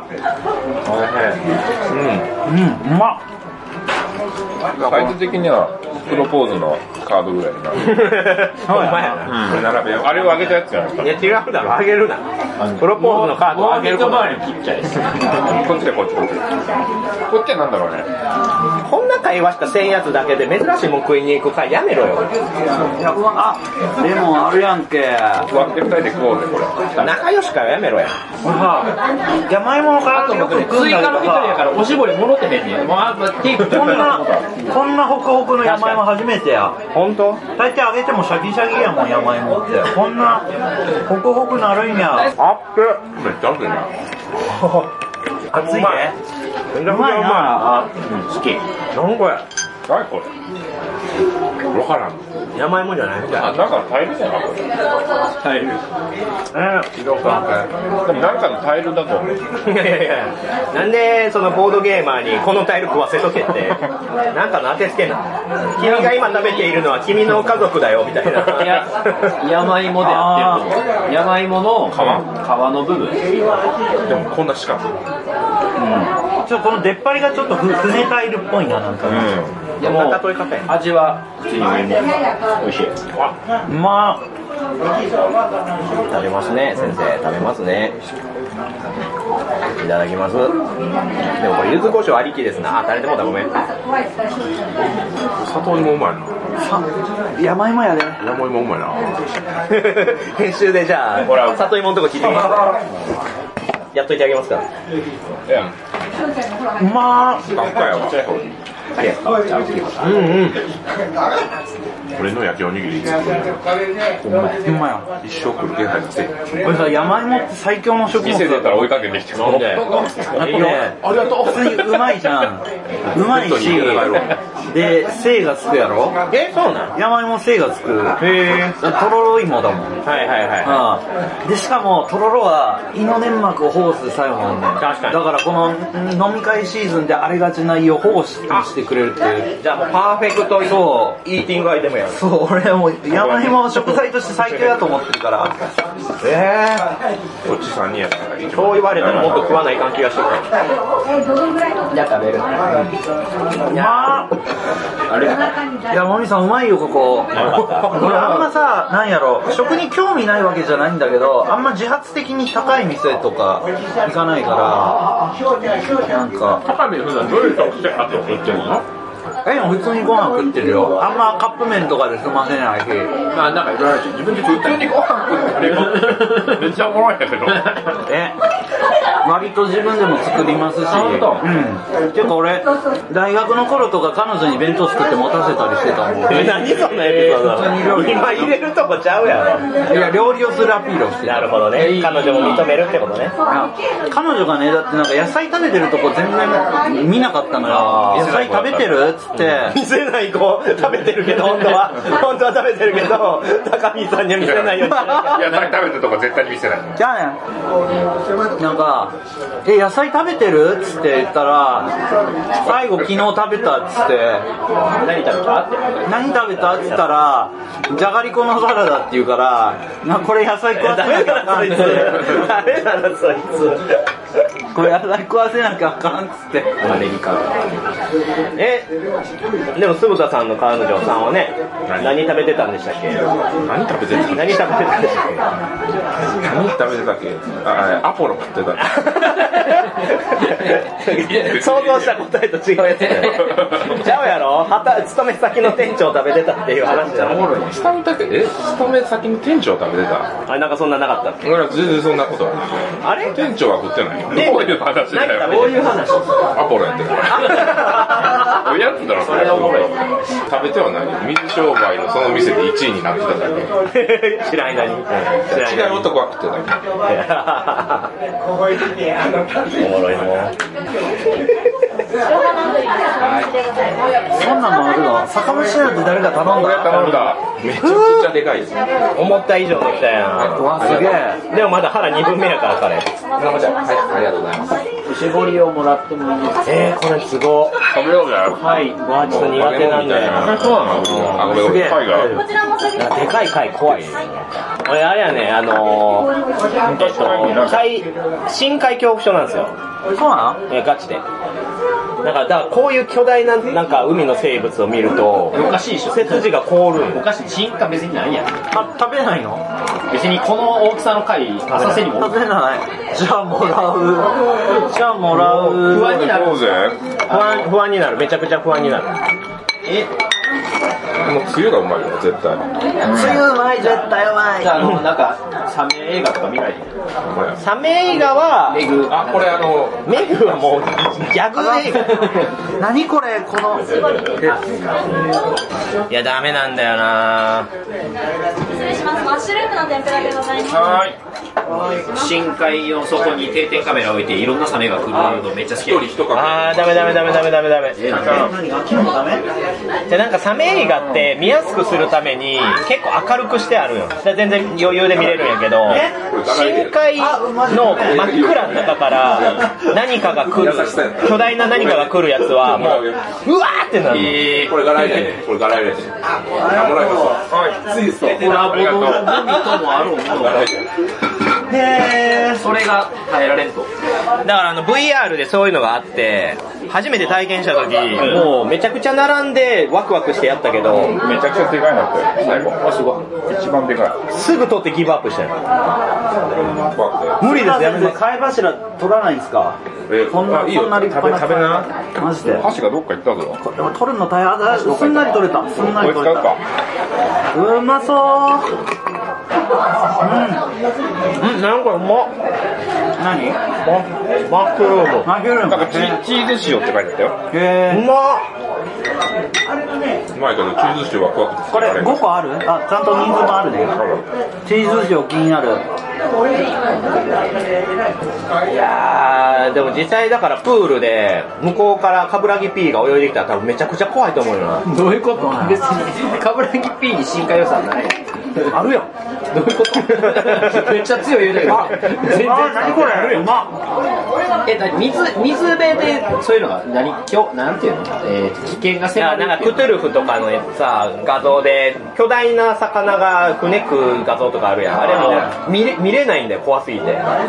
うまっ。 サイズ的にはプロポーズのカードぐらいな。 ほんまやな。 これ並べよう。あれをあげたやつじゃないですか。 いや違うだろ、あげるな。プロポーズのカードをあげること。 切っちゃい。 こっちでこっち。こっちはなんだろうね。 こんな会話したせんやつだけで珍しいもん食いに行く会やめろよ。 あ、レモンあるやんけ。 割って2人で食おうぜこれ。 仲良し会やめろや。 山芋のカードよく食うんだけど追加の一人やからおしぼり戻ってへんねん。もうこんなホクホクの山芋初めてや。 本当？ 大体揚げてもシャキシャキやもん山芋って。こんなホクホクなるんや。 アップ。 めっちゃ熱いな。 熱いね。 うまいな。好き。なんこれ。 何これ分からん。 山芋じゃないみたいな。 なんかタイルじゃないこれタイル。 色関係でもなんかのタイルだと思う。 いやいや、なんでそのボードゲーマーにこのタイル食わせとけってなんかの当てつけな。君が今食べているのは君の家族だよみたいな。 いや、山芋でやってると思う。山芋の皮の部分。 でもこんな四角。 ちょっとこの出っ張りがちょっと船タイルっぽいな、なんか。 いや、もう味は普通に美味しい。 まあ食べますね、先生。食べますね。いただきます。でもこれ柚子胡椒ありきですな。あ、垂れてもうた、ごめん。 里芋うまいな。 山芋やで。 山芋うまいな。 編集でじゃあ里芋のとこ聞いてみます。やっといてあげますから。 うまー。あっかやわ。 ありがとう。 俺の焼きおにぎり。 うまや。 一生来る気配がせえ。 これさ、山芋って最強の食物店出たら追いかけてきてなんで？ ありがとう。普通にうまいじゃん。うまいし、で、精がつくやろ？ そうなん？ 山芋精がつく。へぇ。とろろ芋だもん。 はいはいはい。 で、しかも、とろろは胃の粘膜を保護する作用なんだよ。 確かに。 だからこの飲み会シーズンであれがちな胃を保護してくれるっていう。 じゃあもうパーフェクトイーティングアイテムやん。 そう、俺もう山芋を食材として最強だと思ってるから。 こっち3人やから一そう言われたらもっと食わない感じがしてくる。じゃあ食べる。 まあ、いや、もみさんうまいよ、ここ。俺あんまさ、なんやろ、食に興味ないわけじゃないんだけど、あんま自発的に高い店とか行かないから、なんか。 高見普段どういう特性あと売ってるの？ 普通にご飯食ってるよ。あんまカップ麺とかで済ませないし。 なんかいろいろ自分で普通にご飯食ってるよ。めっちゃおもろいんだけど。 割と自分でも作りますし。ていうか俺、大学の頃とか彼女に弁当作って持たせたりしてたもん。 何そんなエピソード？今入れるとこちゃうやろ。 いや、料理をするアピールをしてた。 なるほどね。彼女も認めるってことね。 彼女がね、だってなんか野菜食べてるとこ全然見なかったのよ。野菜食べてるっつって。 見せない子食べてるけど、本当は食べてるけど、高見さんには見せないようにしなきゃ。 野菜食べてるとこ絶対に見せない。 じゃあね、なんか、野菜食べてるっつって言ったら、最後昨日食べたっつって、 何食べたっつったら、じゃがりこのサラダって言うから、これ野菜食わせなきゃあかんっつって。 ダメだなそいつ。 これ野菜食わせなきゃあかんっつって。 玉ねぎか。でも鈴田さんの彼女さんはね、何食べてたんでしたっけ？ 何食べてたっけ？アポロ食ってた。 想像した答えと違うやつだよ。ちゃうやろ？勤め先の店長食べてたっていう話じゃん。 勤め先の店長食べてた？ あ、なんかそんななかったっけ？ 俺は全然そんなことはない。 あれ？ 店長は食ってないよ。どういう話だよ。 どういう話？ アポロやってる。おやつだろそれ。食べてはない。水商売のその店で1位になってただけ。 知らん間に。 違う男は食ってたおもろいな。 そんなのあるの？酒蒸しなんて誰か頼んだ？ めちゃくちゃでかいです。 思った以上の来たやん。 わ、すげえ。 でもまだ腹2分目やから彼。 はい、ありがとうございます。 絞りをもらってもいいですか？ これすご。 食べようぜ。 はい。わ、ちょっと苦手なんだよ。 そうなの？あ、ごめん。貝が。 でかい貝怖い。俺あれやね、深海恐怖症なんですよ。 そうなの？ ガチで。だからこういう巨大ななんか海の生物を見るとおかしいでしょ。 背筋が凍る。 おかしい。進化別にないやん。 食べないの？ 別にこの大きさの貝浅瀬にも食べない。じゃあもらう。 不安になる。 不安になる。めちゃくちゃ不安になる。 もうつゆがうまいよ絶対。 つゆうまい、絶対うまい。 じゃあなんかサメ映画とか見ないで。 サメ映画はメグ。 あ、これメグはもうギャグ映画。 何これこの。 いやダメなんだよな。 失礼します。マッシュルームの天ぷらでございます。 はい。 深海の底に定点カメラ置いていろんなサメが来るのめっちゃ好き。 あーダメ。じゃなんかサメ映画って見やすくするために結構明るくしてあるよ。全然余裕で見れるんやけど、深海の真っ暗の中から何かが来る、巨大な何かが来るやつはもううわーってなる。 これガラ入れて、これガラ入れて。あ、もらいますわ。 ついそう。コラボのゴミともあろうもの。それが耐えられんと。 だからVR でそういうのがあって初めて体験した時もうめちゃくちゃ並んでワクワクしてやったけど、 めちゃくちゃでかいなって最後。すごい。一番でかい。 すぐ取ってギブアップしたよ。無理ですやめて。 貝柱取らないんですか？こんな立派な食べな。 マジで。 箸がどっか行ったぞ。 でも取るの大変。すんなり取れた。すんなり取れた。うまそう。 なんかうまっ。 何？ マックローム。 なんかチーズ塩って書いてあったよ。 うまっ。 うまいけどチーズ塩は怖くて。 これ5個ある？あ、ちゃんと人数もあるね。チーズ塩気になる。 いやーでも実際だからプールで向こうからカブラギ P が泳いできたら多分めちゃくちゃ怖いと思うよな。 どういうこと？別にカブラギ P に深海予算ない。 あるやん。 どういうこと？めっちゃ強い言うてる。全然何これ？あるよ。 水辺でそういうのがなんていうの？危険が迫る。 なんかクトゥルフとかのさ画像で巨大な魚が船食う画像とかあるやん。あれも見れないんだよ怖すぎて。い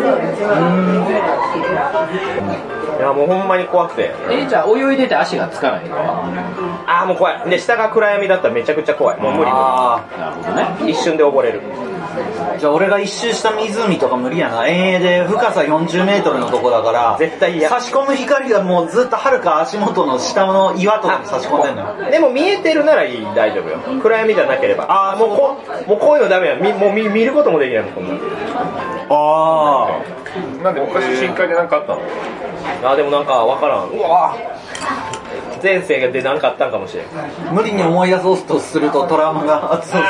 やもうほんまに怖くて。 じゃあ泳いでて足がつかないの？ あーもう怖い。で下が暗闇だったらめちゃくちゃ怖い。もう無理。 なるほどね。 一瞬で溺れる。 じゃあ俺が一周した湖とか無理やな。遠泳で深さ40メートルのとこだから絶対嫌。 差し込む光がもうずっと遥か足元の下の岩とかに差し込んでんのよ。 でも見えてるならいい大丈夫よ。暗闇じゃなければ。ああもうこういうのダメや。もう見ることもできないもんこんな。 ああ。 なんで昔深海で何かあったの？ あでもなんかわからん。うわ前世で何かあったんかもしれん。 無理に思い出そうとするとトラウマが発動するから。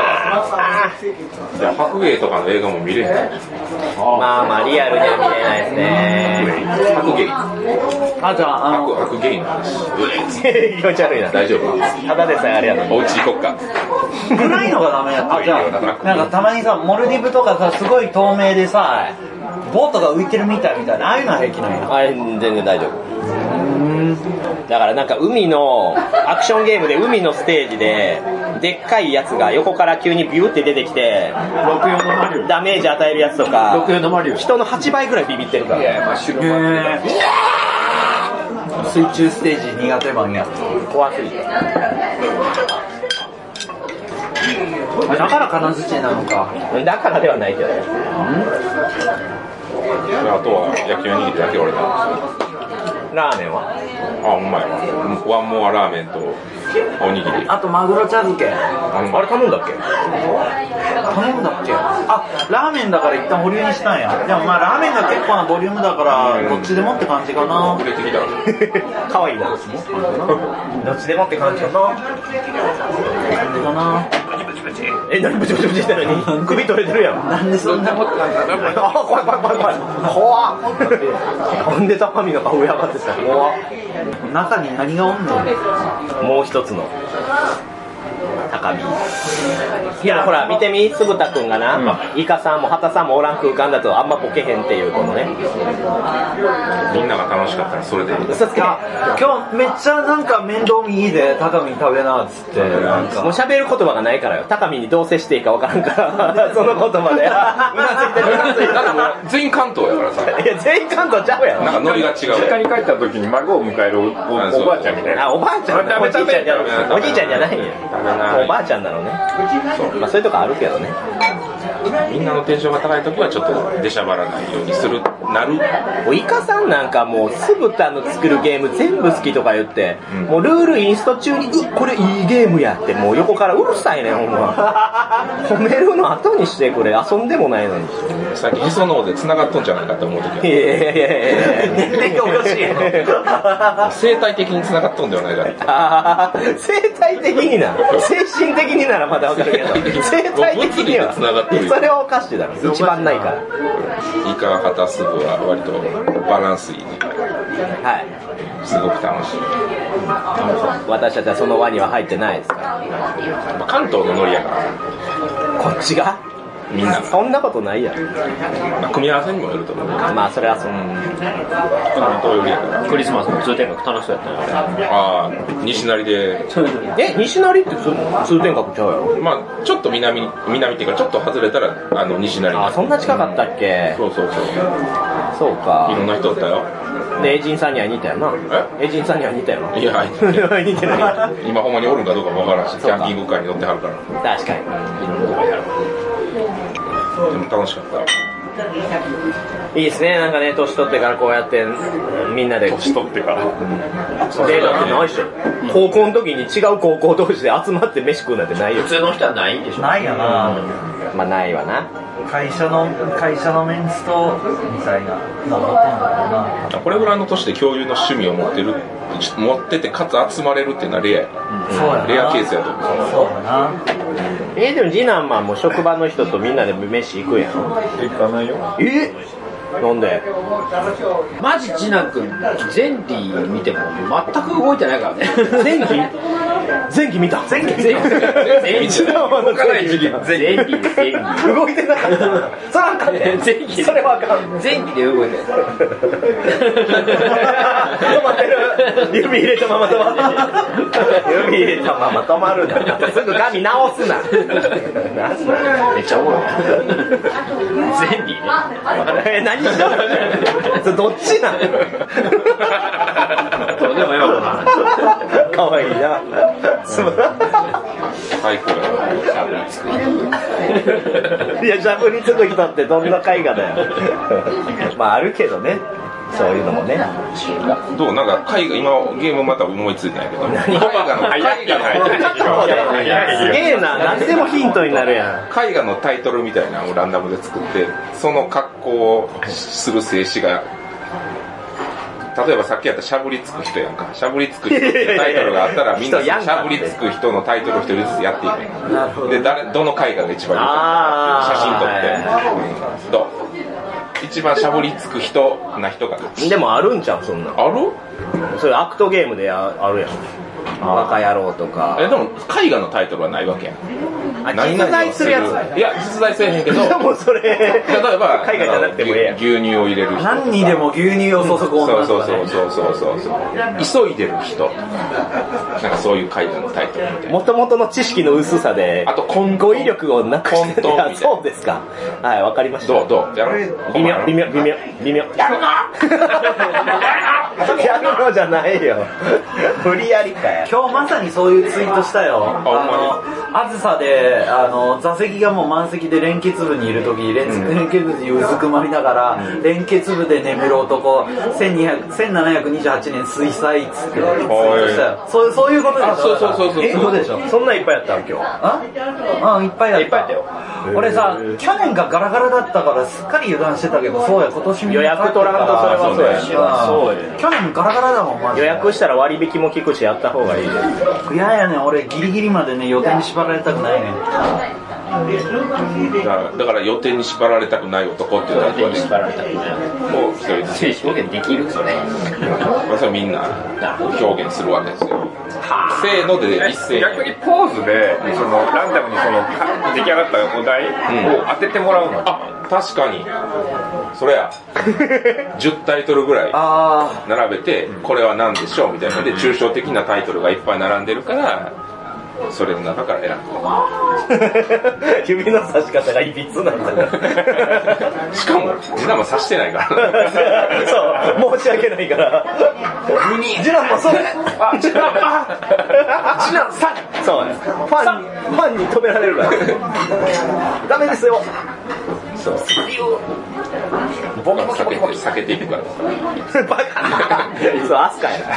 じゃあ白芸とかの映画も見れへん。 まあリアルには見れないですね。 白芸。 あじゃあ白芸の話。 気持ち悪いな。 大丈夫？ ただでさえあれやな。 おうち行こっか。 暗いのがダメ。あじゃあなんかたまにさモルディブとかさすごい透明でさボートが浮いてるみたいなああいうのは平気なんや。 あれ全然大丈夫。だからなんか海のアクションゲームで海のステージででっかいやつが横から急にビューって出てきてダメージ与えるやつとか人の8倍ぐらいビビってるから。 水中ステージ苦手マンや。 怖すぎて。 だから金槌なのか。 だからではないけど。 あとは焼きおにぎりだけ俺だ。 ラーメンは？ あ、うまいわ。ワンモアラーメンとおにぎり。 あとマグロ茶漬け。 あれ頼んだっけ？ 頼んだっけ？あ、ラーメンだから一旦保留にしたんや。でもまあラーメンが結構なボリュームだからどっちでもって感じかな。 遅れてきたら。 可愛いな。どっちでもって感じかな。何ブチブチブチしたのに首取れてるやん。 なんでそんなことなんだ。 あ怖い。怖っ。なんで高見の顔上上がってたの？怖っ。 中に何がおんの？ もう一つの高見。いやほら見てみ、つぶたくんがな、イカさんもハタさんもおらん空間だとあんまボケへんっていうこのね。 みんなが楽しかったらそれでいい。 嘘つけ。 今日めっちゃなんか面倒見いいで高見食べなっつってなんかもう喋る言葉がないからよ。高見にどう接していいか分からんからその言葉でうなずいてる。 だってもう全員関東やからさ。 いや全員関東ちゃうやろ。 なんかノリが違う。 実家に帰った時に孫を迎える おばあちゃんみたいな。 あ、おばあちゃんだ。おじいちゃんじゃないんや。おばあちゃんだろうね。まあそういうとこあるけどね。 みんなのテンションが高い時はちょっと出しゃばらないようにするなる。 イカさんなんかもう酢豚の作るゲーム全部好きとか言って、もうルールインスト中にこれいいゲームやってもう横からうるさいねほんま。褒めるの後にしてくれ。遊んでもないのに。 さっきへその緒で繋がっとんじゃないかって思う時は。 いや年齢がおかしいよ。 生態的に繋がっとんではないかって。 生態的にな、精神的にならまだわかるけど生態的には物理で繋がってる。 そそれはおかしいだろ、一番ないから。 イカハタスープは割とバランスいいね。 はい、 すごく楽しい。 私たちはその輪には入ってないですから。 関東のノリやからこっちがみんなそんなことないやん。 組み合わせにもよると思う。 まあそれはそう。 関東よりやから。 クリスマスの通天閣楽しそうやったね。 ああ、西成で。 西成って通天閣ちゃうやろ。 まあちょっと南っていうかちょっと外れたら西成。 あ、そんな近かったっけ。 そうそうそう。 そうか。 いろんな人おったよ。 で、エイジンさんには似たよな。エイジンさんには似たよな。 いや、似てない。今ほんまにおるんかどうかもわからんし、キャンピングカーに乗ってはるから。 確かに。 でも楽しかった。 いいですね、なんかね、年取ってからこうやってみんなで年取ってからデートってないっしょ。高校の時に違う高校同士で集まって飯食うなんてないよ。 普通の人はないんでしょ。 ないよな。 まあないわな。 会社のメンツとみたいなのがほとんどだな。 これぐらいの年で共有の趣味を持っててかつ集まれるっていうのはレアや。 そうやな。 レアケースやと思う。 そうだな。 でも次男はもう職場の人とみんなで飯行くやん。 行かないよ。 なんで？ マジ次男くん前期見ても全く動いてないからね。 前期見た。前期動かない時期。前期動いてなかった。それはあかんね。それはあかん。 前期で動いてる。 止まってる。指入れたまま止まる。指入れたまま止まるな。すぐ髪直すな。 めっちゃおもろい。前期ね。 何しとるの？どっちなの？ どうでもよかな。 かわいいな。 最高や。 いや、しゃぶりつく人ってどんな絵画だよ。まああるけどね。そういうのもね。 どうなんか絵画、今ゲームまた思いついてないけど。絵画のすげえな。何でもヒントになるやん。 絵画のタイトルみたいなのをランダムで作って、その格好をする静止画。例えばさっきやったしゃぶりつく人やんか。しゃぶりつく人ってタイトルがあったらみんなしゃぶりつく人のタイトルを一人ずつやっていく。で、どの絵画が一番いいか写真撮って。どう？一番しゃぶりつく人な人が。 でもあるんちゃうそんな。 ある？ それアクトゲームであるやん。バカ野郎とか。 でも絵画のタイトルはないわけやん。 実在するやつ。 いや、実在せえへんけど。 でもそれ、例えば絵画じゃなくてもええやん。 牛乳を入れる人。 何にでも牛乳を注ぐ女とかね。 そう急いでる人。なんかそういう絵画のタイトルみたいな。 もともとの知識の薄さで、 あと語彙力をなくして。そうですか。はい、わかりました。 どうやる？ 微妙。やるのじゃないよ。無理やりかや。 今日まさにそういうツイートしたよ。あずさで座席がもう満席で連結部にいるとき、連結部にうずくまりながら、連結部で眠る男1728年水災っつってツイートしたよ。そういうことでしょ。 そうでしょ。そんないっぱいやったん今日。 いっぱいやったよ。俺さ、去年がガラガラだったからすっかり油断してたけど、そうや、今年予約取らんとそれはそうやし。 去年ガラガラだもん、マジで。 予約したら割引も効くし、やった方がいいよ。 いやね、俺ギリギリまでね、予定に縛られたくないね。 だから予定に縛られたくない男っていうのは、 予定に縛られたくない。 もう一人選手表現できるそれ。 それみんな表現するわけですよ。せーので一斉に。 逆にポーズでそのランダムにその出来上がったお題を当ててもらうの。 確かに。それや。10タイトルぐらい並べて、これは何でしょうみたいなので、抽象的なタイトルがいっぱい並んでるから、それの中から選ぶ。 指の刺し方がいびつなんだね。 しかも次男も刺してないから。 そう、申し訳ないから。次男もそれ。次男さ。そうね。ファンに止められるから。ダメですよ。 そう。僕も避けていくから。 バカ。そう、アスカやな。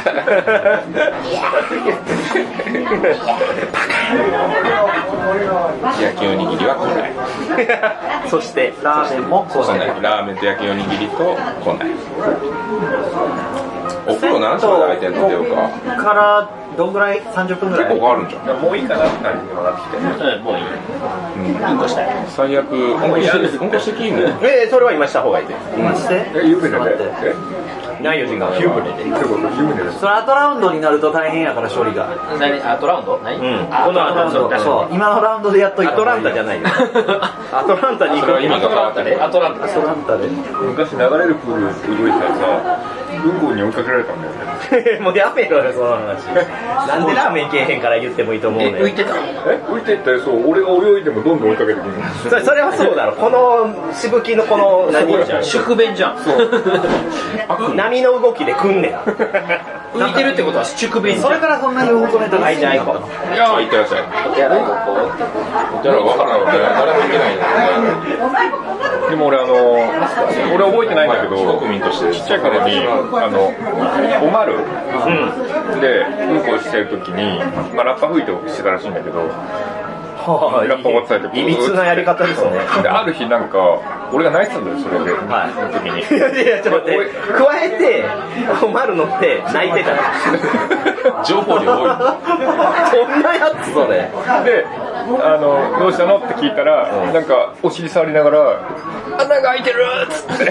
焼きおにぎりは来ない。 そしてラーメンも来ない。 ラーメンと焼きおにぎりと来ない。 お風呂何時まで空いてんのっていうかからどんぐらい30分ぐらい結構変わるんじゃん。 もういいかなって感じにもなってきて、 もういい。うんこしたい。 最悪うんこしてきんの。 それは今した方がいいで。 今して湯船でないよ時間。 湯船でそれアトラウンドになると大変やから処理が。 何アトラウンド？何？ このアトラウンドそう今のラウンドでやっといた。 アトランタじゃないよ。アトランタに行く今が変わったね。 アトランタ。 アトランタで昔流れるプール動いてたらさ、うんこに追いかけられたんだよね。 もうやめろよその話。なんでラーメンけえへんから言ってもいいと思うね。 浮いてた？ 浮いてったよ。そう、俺が泳いでもどんどん追いかけてくる。 それはそうだろ。このしぶきのこの何宿便じゃん。 波の動きで来んねん。 浮いてるってことは宿便じゃん。 それからそんなに大込めたはいじゃあ行こう。 いや行ってらっしゃい。じゃあ分からないよね。誰も行けないんだよね。 でも俺覚えてないんだけど、 被告民としてちっちゃい頃におまるでうんこしてる時に、まあ、ラッパ吹いてしてたらしいんだけど、ラッパ持ってたりとかいびつなやり方ですね。 である日なんか俺が泣いてたんだよそれで、その時に。 いやちょっと待って。加えておまるのって泣いてた。 情報量多い。 そんなやつそれ。 でどうしたのって聞いたら、なんかお尻触りながら穴が開いてるっつって。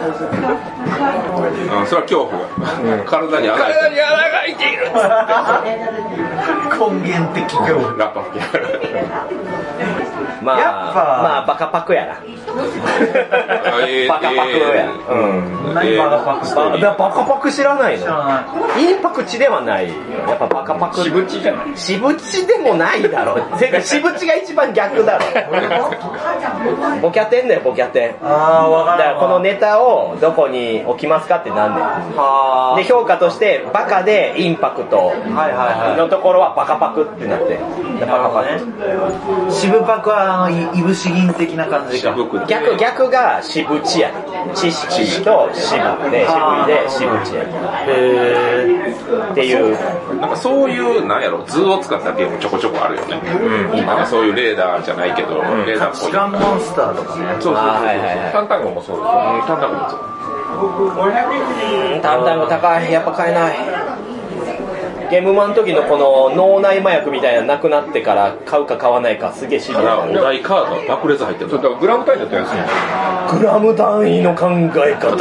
それは恐怖が。体に穴が開いているっつって。 根源的恐怖。 ラッパ吹きながら。 まあやっぱまあバカパクやな。バカパクや。 何バカパクしてる？ バカパク知らないの？インパクチではないよ。やっぱバカパク。 しぶちじゃない？ しぶちでもないだろ。しぶちが一番逆だろ。ボキャテンだよボキャテン。 ああわかる。 だからこのネタをどこに置きますかってなんねん。で評価としてバカでインパクトのところはバカパクってなって。バカパク。 渋パクはいぶし銀的な感じか。 逆がしぶちや。知識と渋で渋いでしぶちや。っていうなんかそういうなんやろ図を使ったゲームちょこちょこあるよね。なんかそういうレーダーじゃないけど、レーダーっぽい。 時間モンスターとかね。 そう。 タンタンゴもそうですよ。 タンタンゴもそう。 タンタンゴ高い。やっぱ買えない。ゲームマンの時のこの脳内麻薬みたいななくなってから買うか買わないかすげえシビアな。 お題カード爆裂入ってる。 だからグラム単位だったら安いんですよ。 グラム単位の考え方。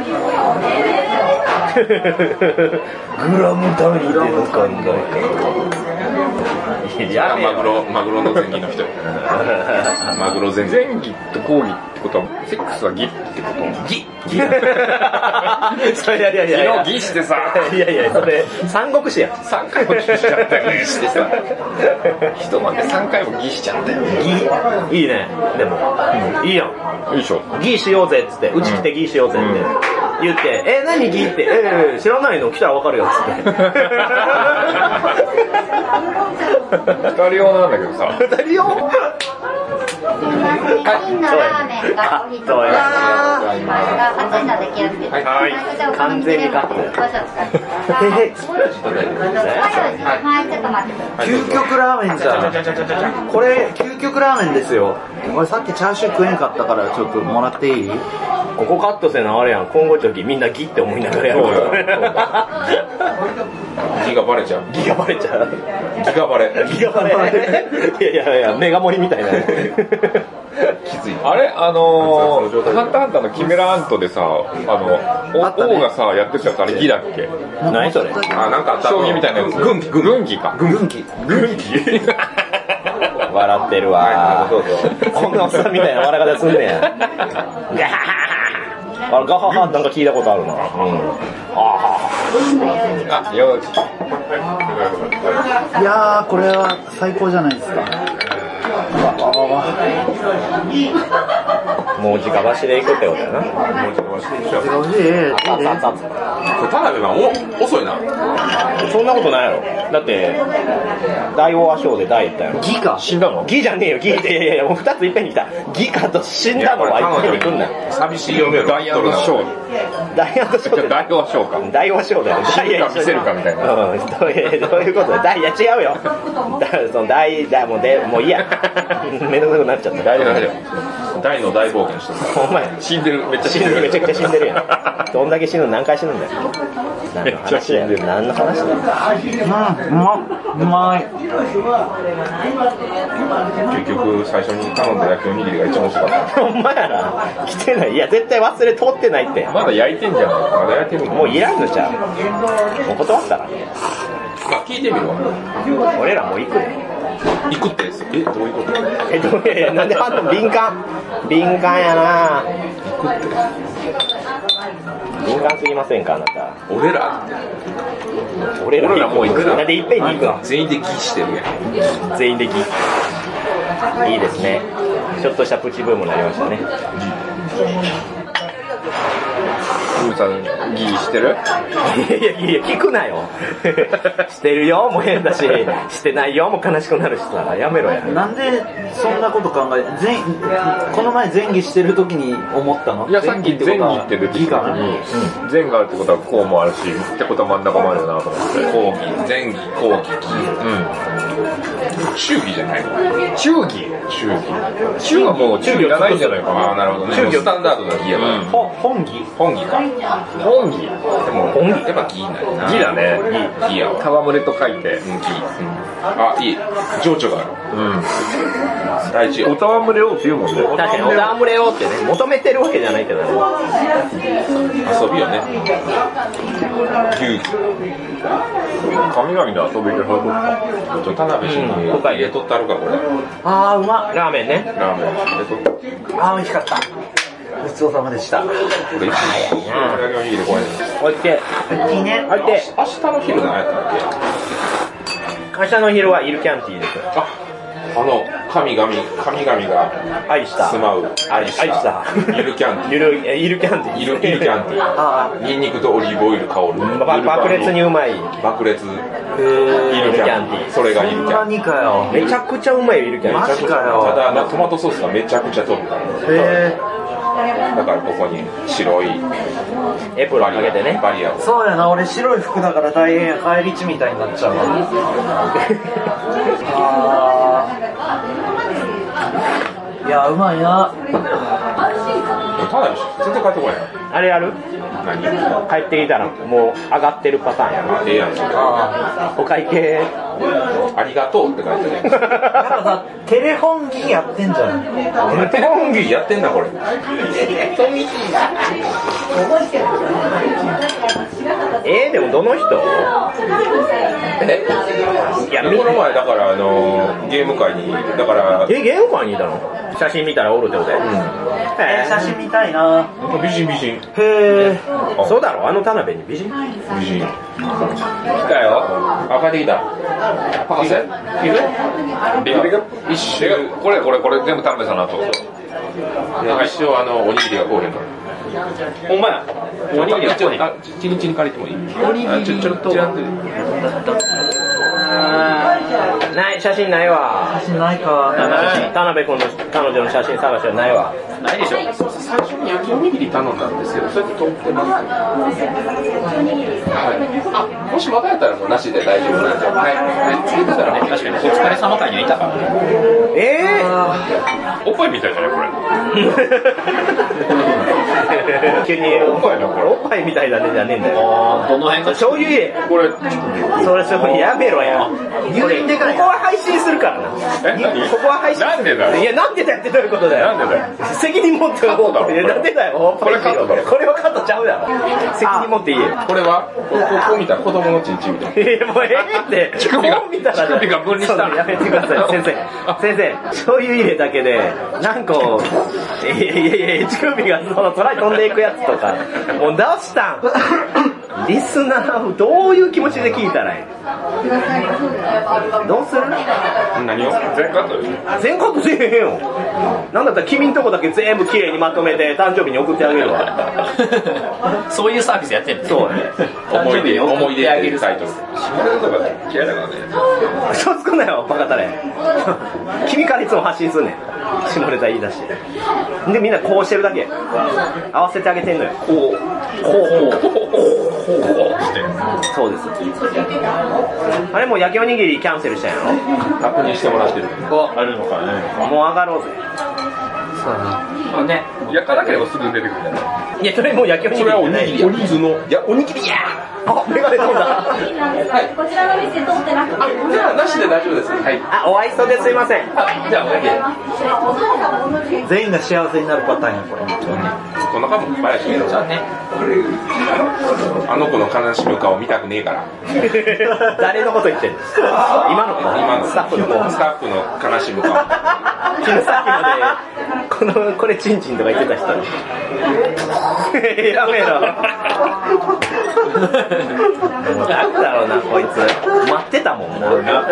グラム単位での考え方。 やマグロの前儀の人。マグロ前儀。 前儀と後儀ってことはセックスは儀ってこと？ 儀。 いや儀してさ。 いやそれ三国志や。 3回も儀しちゃったよね。してさ。一晩で3回も儀しちゃったよ。 儀いいね。でもいいやん。 いいでしょ。 儀しようぜっつってうち来て儀しようぜって言って何儀って知らないの来たらわかるよっつって。 2人用なんだけどさ。 2人用？ コーヒーのラーメンがお一つが熱いので気をつけて。 はい。 完全にカット。 少々使ってください。はい、ちょっと待ってください。 究極ラーメンじゃん。これ究極ラーメンですよ。俺さっきチャーシュー食えんかったからちょっともらっていい？ ここカットせなあれやん。今後時みんなギって思いながらやる。 ギがバレちゃう。 ギがバレちゃう。 ギがバレ。 いやメガ盛りみたいな。 きつい。 あれハンターハンターのキメラアントでさ、王がさやってたやつあれ儀だっけ？ 何それ？ なんか将棋みたいなやつ。軍技か。 軍機。 笑ってるわ。こんなおっさんみたいな笑い方すんねや。ガハハなんか聞いたことあるな。 いやーこれは最高じゃないですか。 もう直箸でいくってことやな。 おいしい。 田辺は遅いな。 そんなことないやろ。 だって大王和尚で大言ったよ。 ギか死んだの？ ギじゃねえよ、ギっていやもう2ついっぺんに来た。ギかと死んだのは一遍に来んだよ。 寂しいよね。 ダイヤのショー。 大王和尚で大王ショーか。 大王和尚だよ。 死ぬか見せるかみたいな。 どういうことだ。いや違うよ。そのもういいや。めんどくさくなっちゃった。 大の大冒険してお前死んでる。めっちゃ死んでる。 めちゃくちゃ死んでるやん。どんだけ死ぬの何回死ぬんだよ。何の話だよ。何の話だよ。 うまい。 結局最初に頼んだ焼きおにぎりが一番美味しかった。 ほんまやな。来てない。いや絶対忘れ通ってないって。 まだ焼いてんじゃない？まだ焼いてるの？ もういらんのちゃう。もう断ったら。 まあ聞いてみるわ。 俺らもう行くで。 行くってどういうこと？ いやなんであんた敏感やな。 行くって敏感すぎませんかあなた。 俺らもう行くな。なんでいっぺんに行くの？ 全員でギしてるやん。 全員でギ。いいですね。ちょっとしたプチブームになりましたね。 ウーさんギーしてる？ いや聞くなよ。してるよも変だし、してないよも悲しくなるしさ、やめろや。 なんでそんなこと考えこの前前儀してる時に思ったの？ いやさっき前儀って出てきた時に前があるってことはこうもあるしってことは真ん中もあるよなと思って。 後期、前期、後期、中期じゃないの？ 中期はもう中期いらないんじゃないかな。 ああなるほどね。中期スタンダードなギやから。 本義か。 本義。 でもやっぱギになるな。 ギだね。 ギやわ。 戯れと書いて。 ギ。あいい。情緒がある。大事よ。 おたわむれをって言うもんね。 確かにおたわむれをってね求めてるわけじゃないけどね。 遊びよね。牛気。 神々の遊びで入る田辺氏に入れとったるかこれ。 あーうまっ。ラーメンね。 ラーメン入れとった。 あー美味しかった。ごちそうさまでした。 これ一緒に焼きおにぎりこれ。 おいて。 いいね。 おいて。 明日の昼何やったっけ？ 明日の昼はイルキャンティです。 神々が愛した住まう愛したイルキャンティイルキャンティイルキャンティニンニクとオリーブオイル香る爆裂にうまい爆裂イルキャンティそれがイルキャンティめちゃくちゃうまいよイルキャンティ。 マジかよ。 ただトマトソースがめちゃくちゃ取るからだからここに白いエプロンかけてねバリアを。 そうやな、俺白い服だから大変や。帰り血みたいになっちゃうわ。いやうまいな。 ただ全然帰ってこないあれやる？ 何？ 帰ってきたらもう上がってるパターンやな。 ええやんそれ。 お会計ありがとうって書いてる。 なんかさ、テレフォンギやってんじゃん。 テレフォンギやってんだこれ。 でもどの人？ いやこの前だからゲーム会にだからゲーム会にいたの？写真見たらおるってことで。 写真見たいな。 美人。 へえ。そうだろ田辺に美人。 来たよ。帰ってきた。博士？一周これ全部田辺さんの後。 一生おにぎりがこうへんから。 ほんまや。おにぎりがこうへん。 チリチリ借りてもいい？ おにぎりちょっと。ない写真ないわ。 写真ないか。 田辺君の彼女の写真探しはないわ。 ないでしょ。 最初に焼きおにぎり頼んだんですけど、それって撮ってます。もしまだやったらもうなしで大丈夫なんで。はい。つけてたら確かにお疲れ様会にはいたから。 おっぱいみたいじゃないこれ。 急におっぱいみたいだねじゃねえんだよ。 どの辺が醤油入れ。 これそれやめろや。ここは配信するからな。ここは配信。 なんでだよ。 いやなんでだよってどういうことだよ。 なんでだよ。 責任持っておこう。なんでだよ。 これカットだろ。 これはカットちゃうだろ。責任持っていいよ。 これはここ見たら子供のチンチンみたいな。 もうって。 乳首が分離した。 やめてください先生。醤油入れだけで何個いや乳首がその空に飛んでいくやつとかもうどうしたん？リスナーどういう気持ちで聞いたらいい？どうする？ 何を？全カットでしょ？ 全カットせえへんよ。 なんだったら君んとこだけ全部きれいにまとめて誕生日に送ってあげるわ。 そういうサービスやってる。 そうね。 思い出っていうタイトル。下ネタとか嫌いだからね。 嘘つくなよバカタレ。君からいつも発信すんねん。下ネタ言い出して。でみんなこうしてるだけ。合わせてあげてんのよ。こうしてそうです。あれもう焼きおにぎりキャンセルしたんやろ。 確認してもらってる。 あるのかね。 もう上がろうぜ。そうだな。 ね。 焼かなければすぐ出てくるじゃない。 いやそれもう焼きおにぎり。 それはおにぎりや。おにぎりの。いやおにぎりや。 あ、メガネ飛んだ。 はい。こちらの店通ってなくて。 じゃあなしで大丈夫です。はい。 あ、お愛想ですいません。 じゃあおにぎり。 全員が幸せになるパターンやこれ。 こんな感じもいっぱいあるしね。あの子の悲しむ顔見たくねえから。 誰のこと言ってんの？今のスタッフの悲しむ顔。 さっきまでこれチンチンとか言ってた人。やめろ。なんだろうなこいつ。待ってたもんな。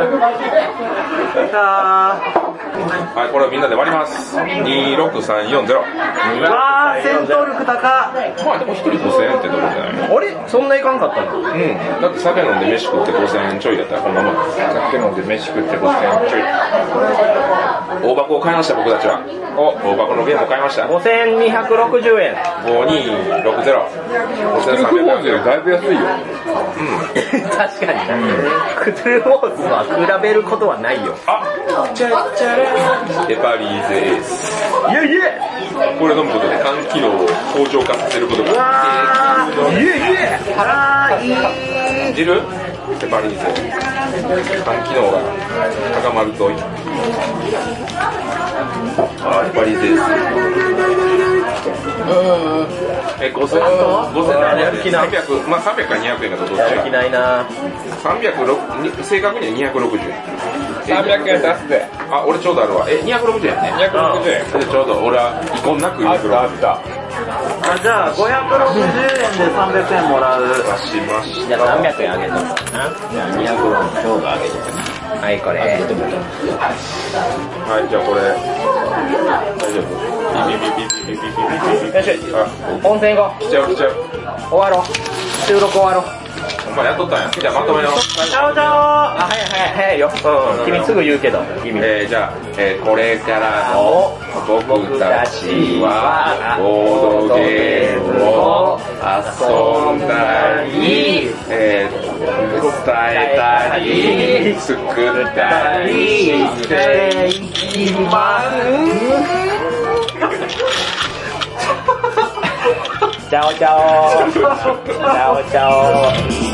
はい、これをみんなで割ります。26340。 うわー、戦闘力高っ。 まあでも1人5000円ってとこじゃない。 あれそんないかんかったの？ うん。だって酒飲んで飯食って5000円ちょいだったらこんなもん。 酒飲んで飯食って5000円ちょい。 大箱を買いました僕たちは。大箱のゲームを買いました。 5260円。 5260。 5300円だいぶ安いよ。 確かにな。クトゥルフォーズは比べることはないよ。 あ、チャッチャラエパリーゼエース。 イエイエこれ飲むことで肝機能を向上化させることがイエイエ腹いい。 知る？エパリーゼ。肝機能が高まると。あ、エパリーゼエース。5000やる気ない。300、まあ300から200円がどっちか。 やる気ないな。 306、正確には260円。 300円出すぜ。 あ、俺ちょうどあるわ。260円ね。 260円。 でちょうど俺は遺恨なくあったあった。 あ、じゃあ560円で300円もらう。 出しましじゃあ300円あげとこう。じゃあ200円ちょうどあげとこう。はい、これ。はい、 じゃあこれ。大丈夫。 よし、温泉行こう。 来ちゃう。 終わろう。収録終わろう。 お前やっとったんや。じゃあまとめよう。 チャオチャオ。あ、早いよ。君すぐ言うけど。君。 じゃあ、これからの僕たちはボードゲームを遊んだり、伝えたり、作ったりしていきます。 チャオチャオ。チャオチャオ。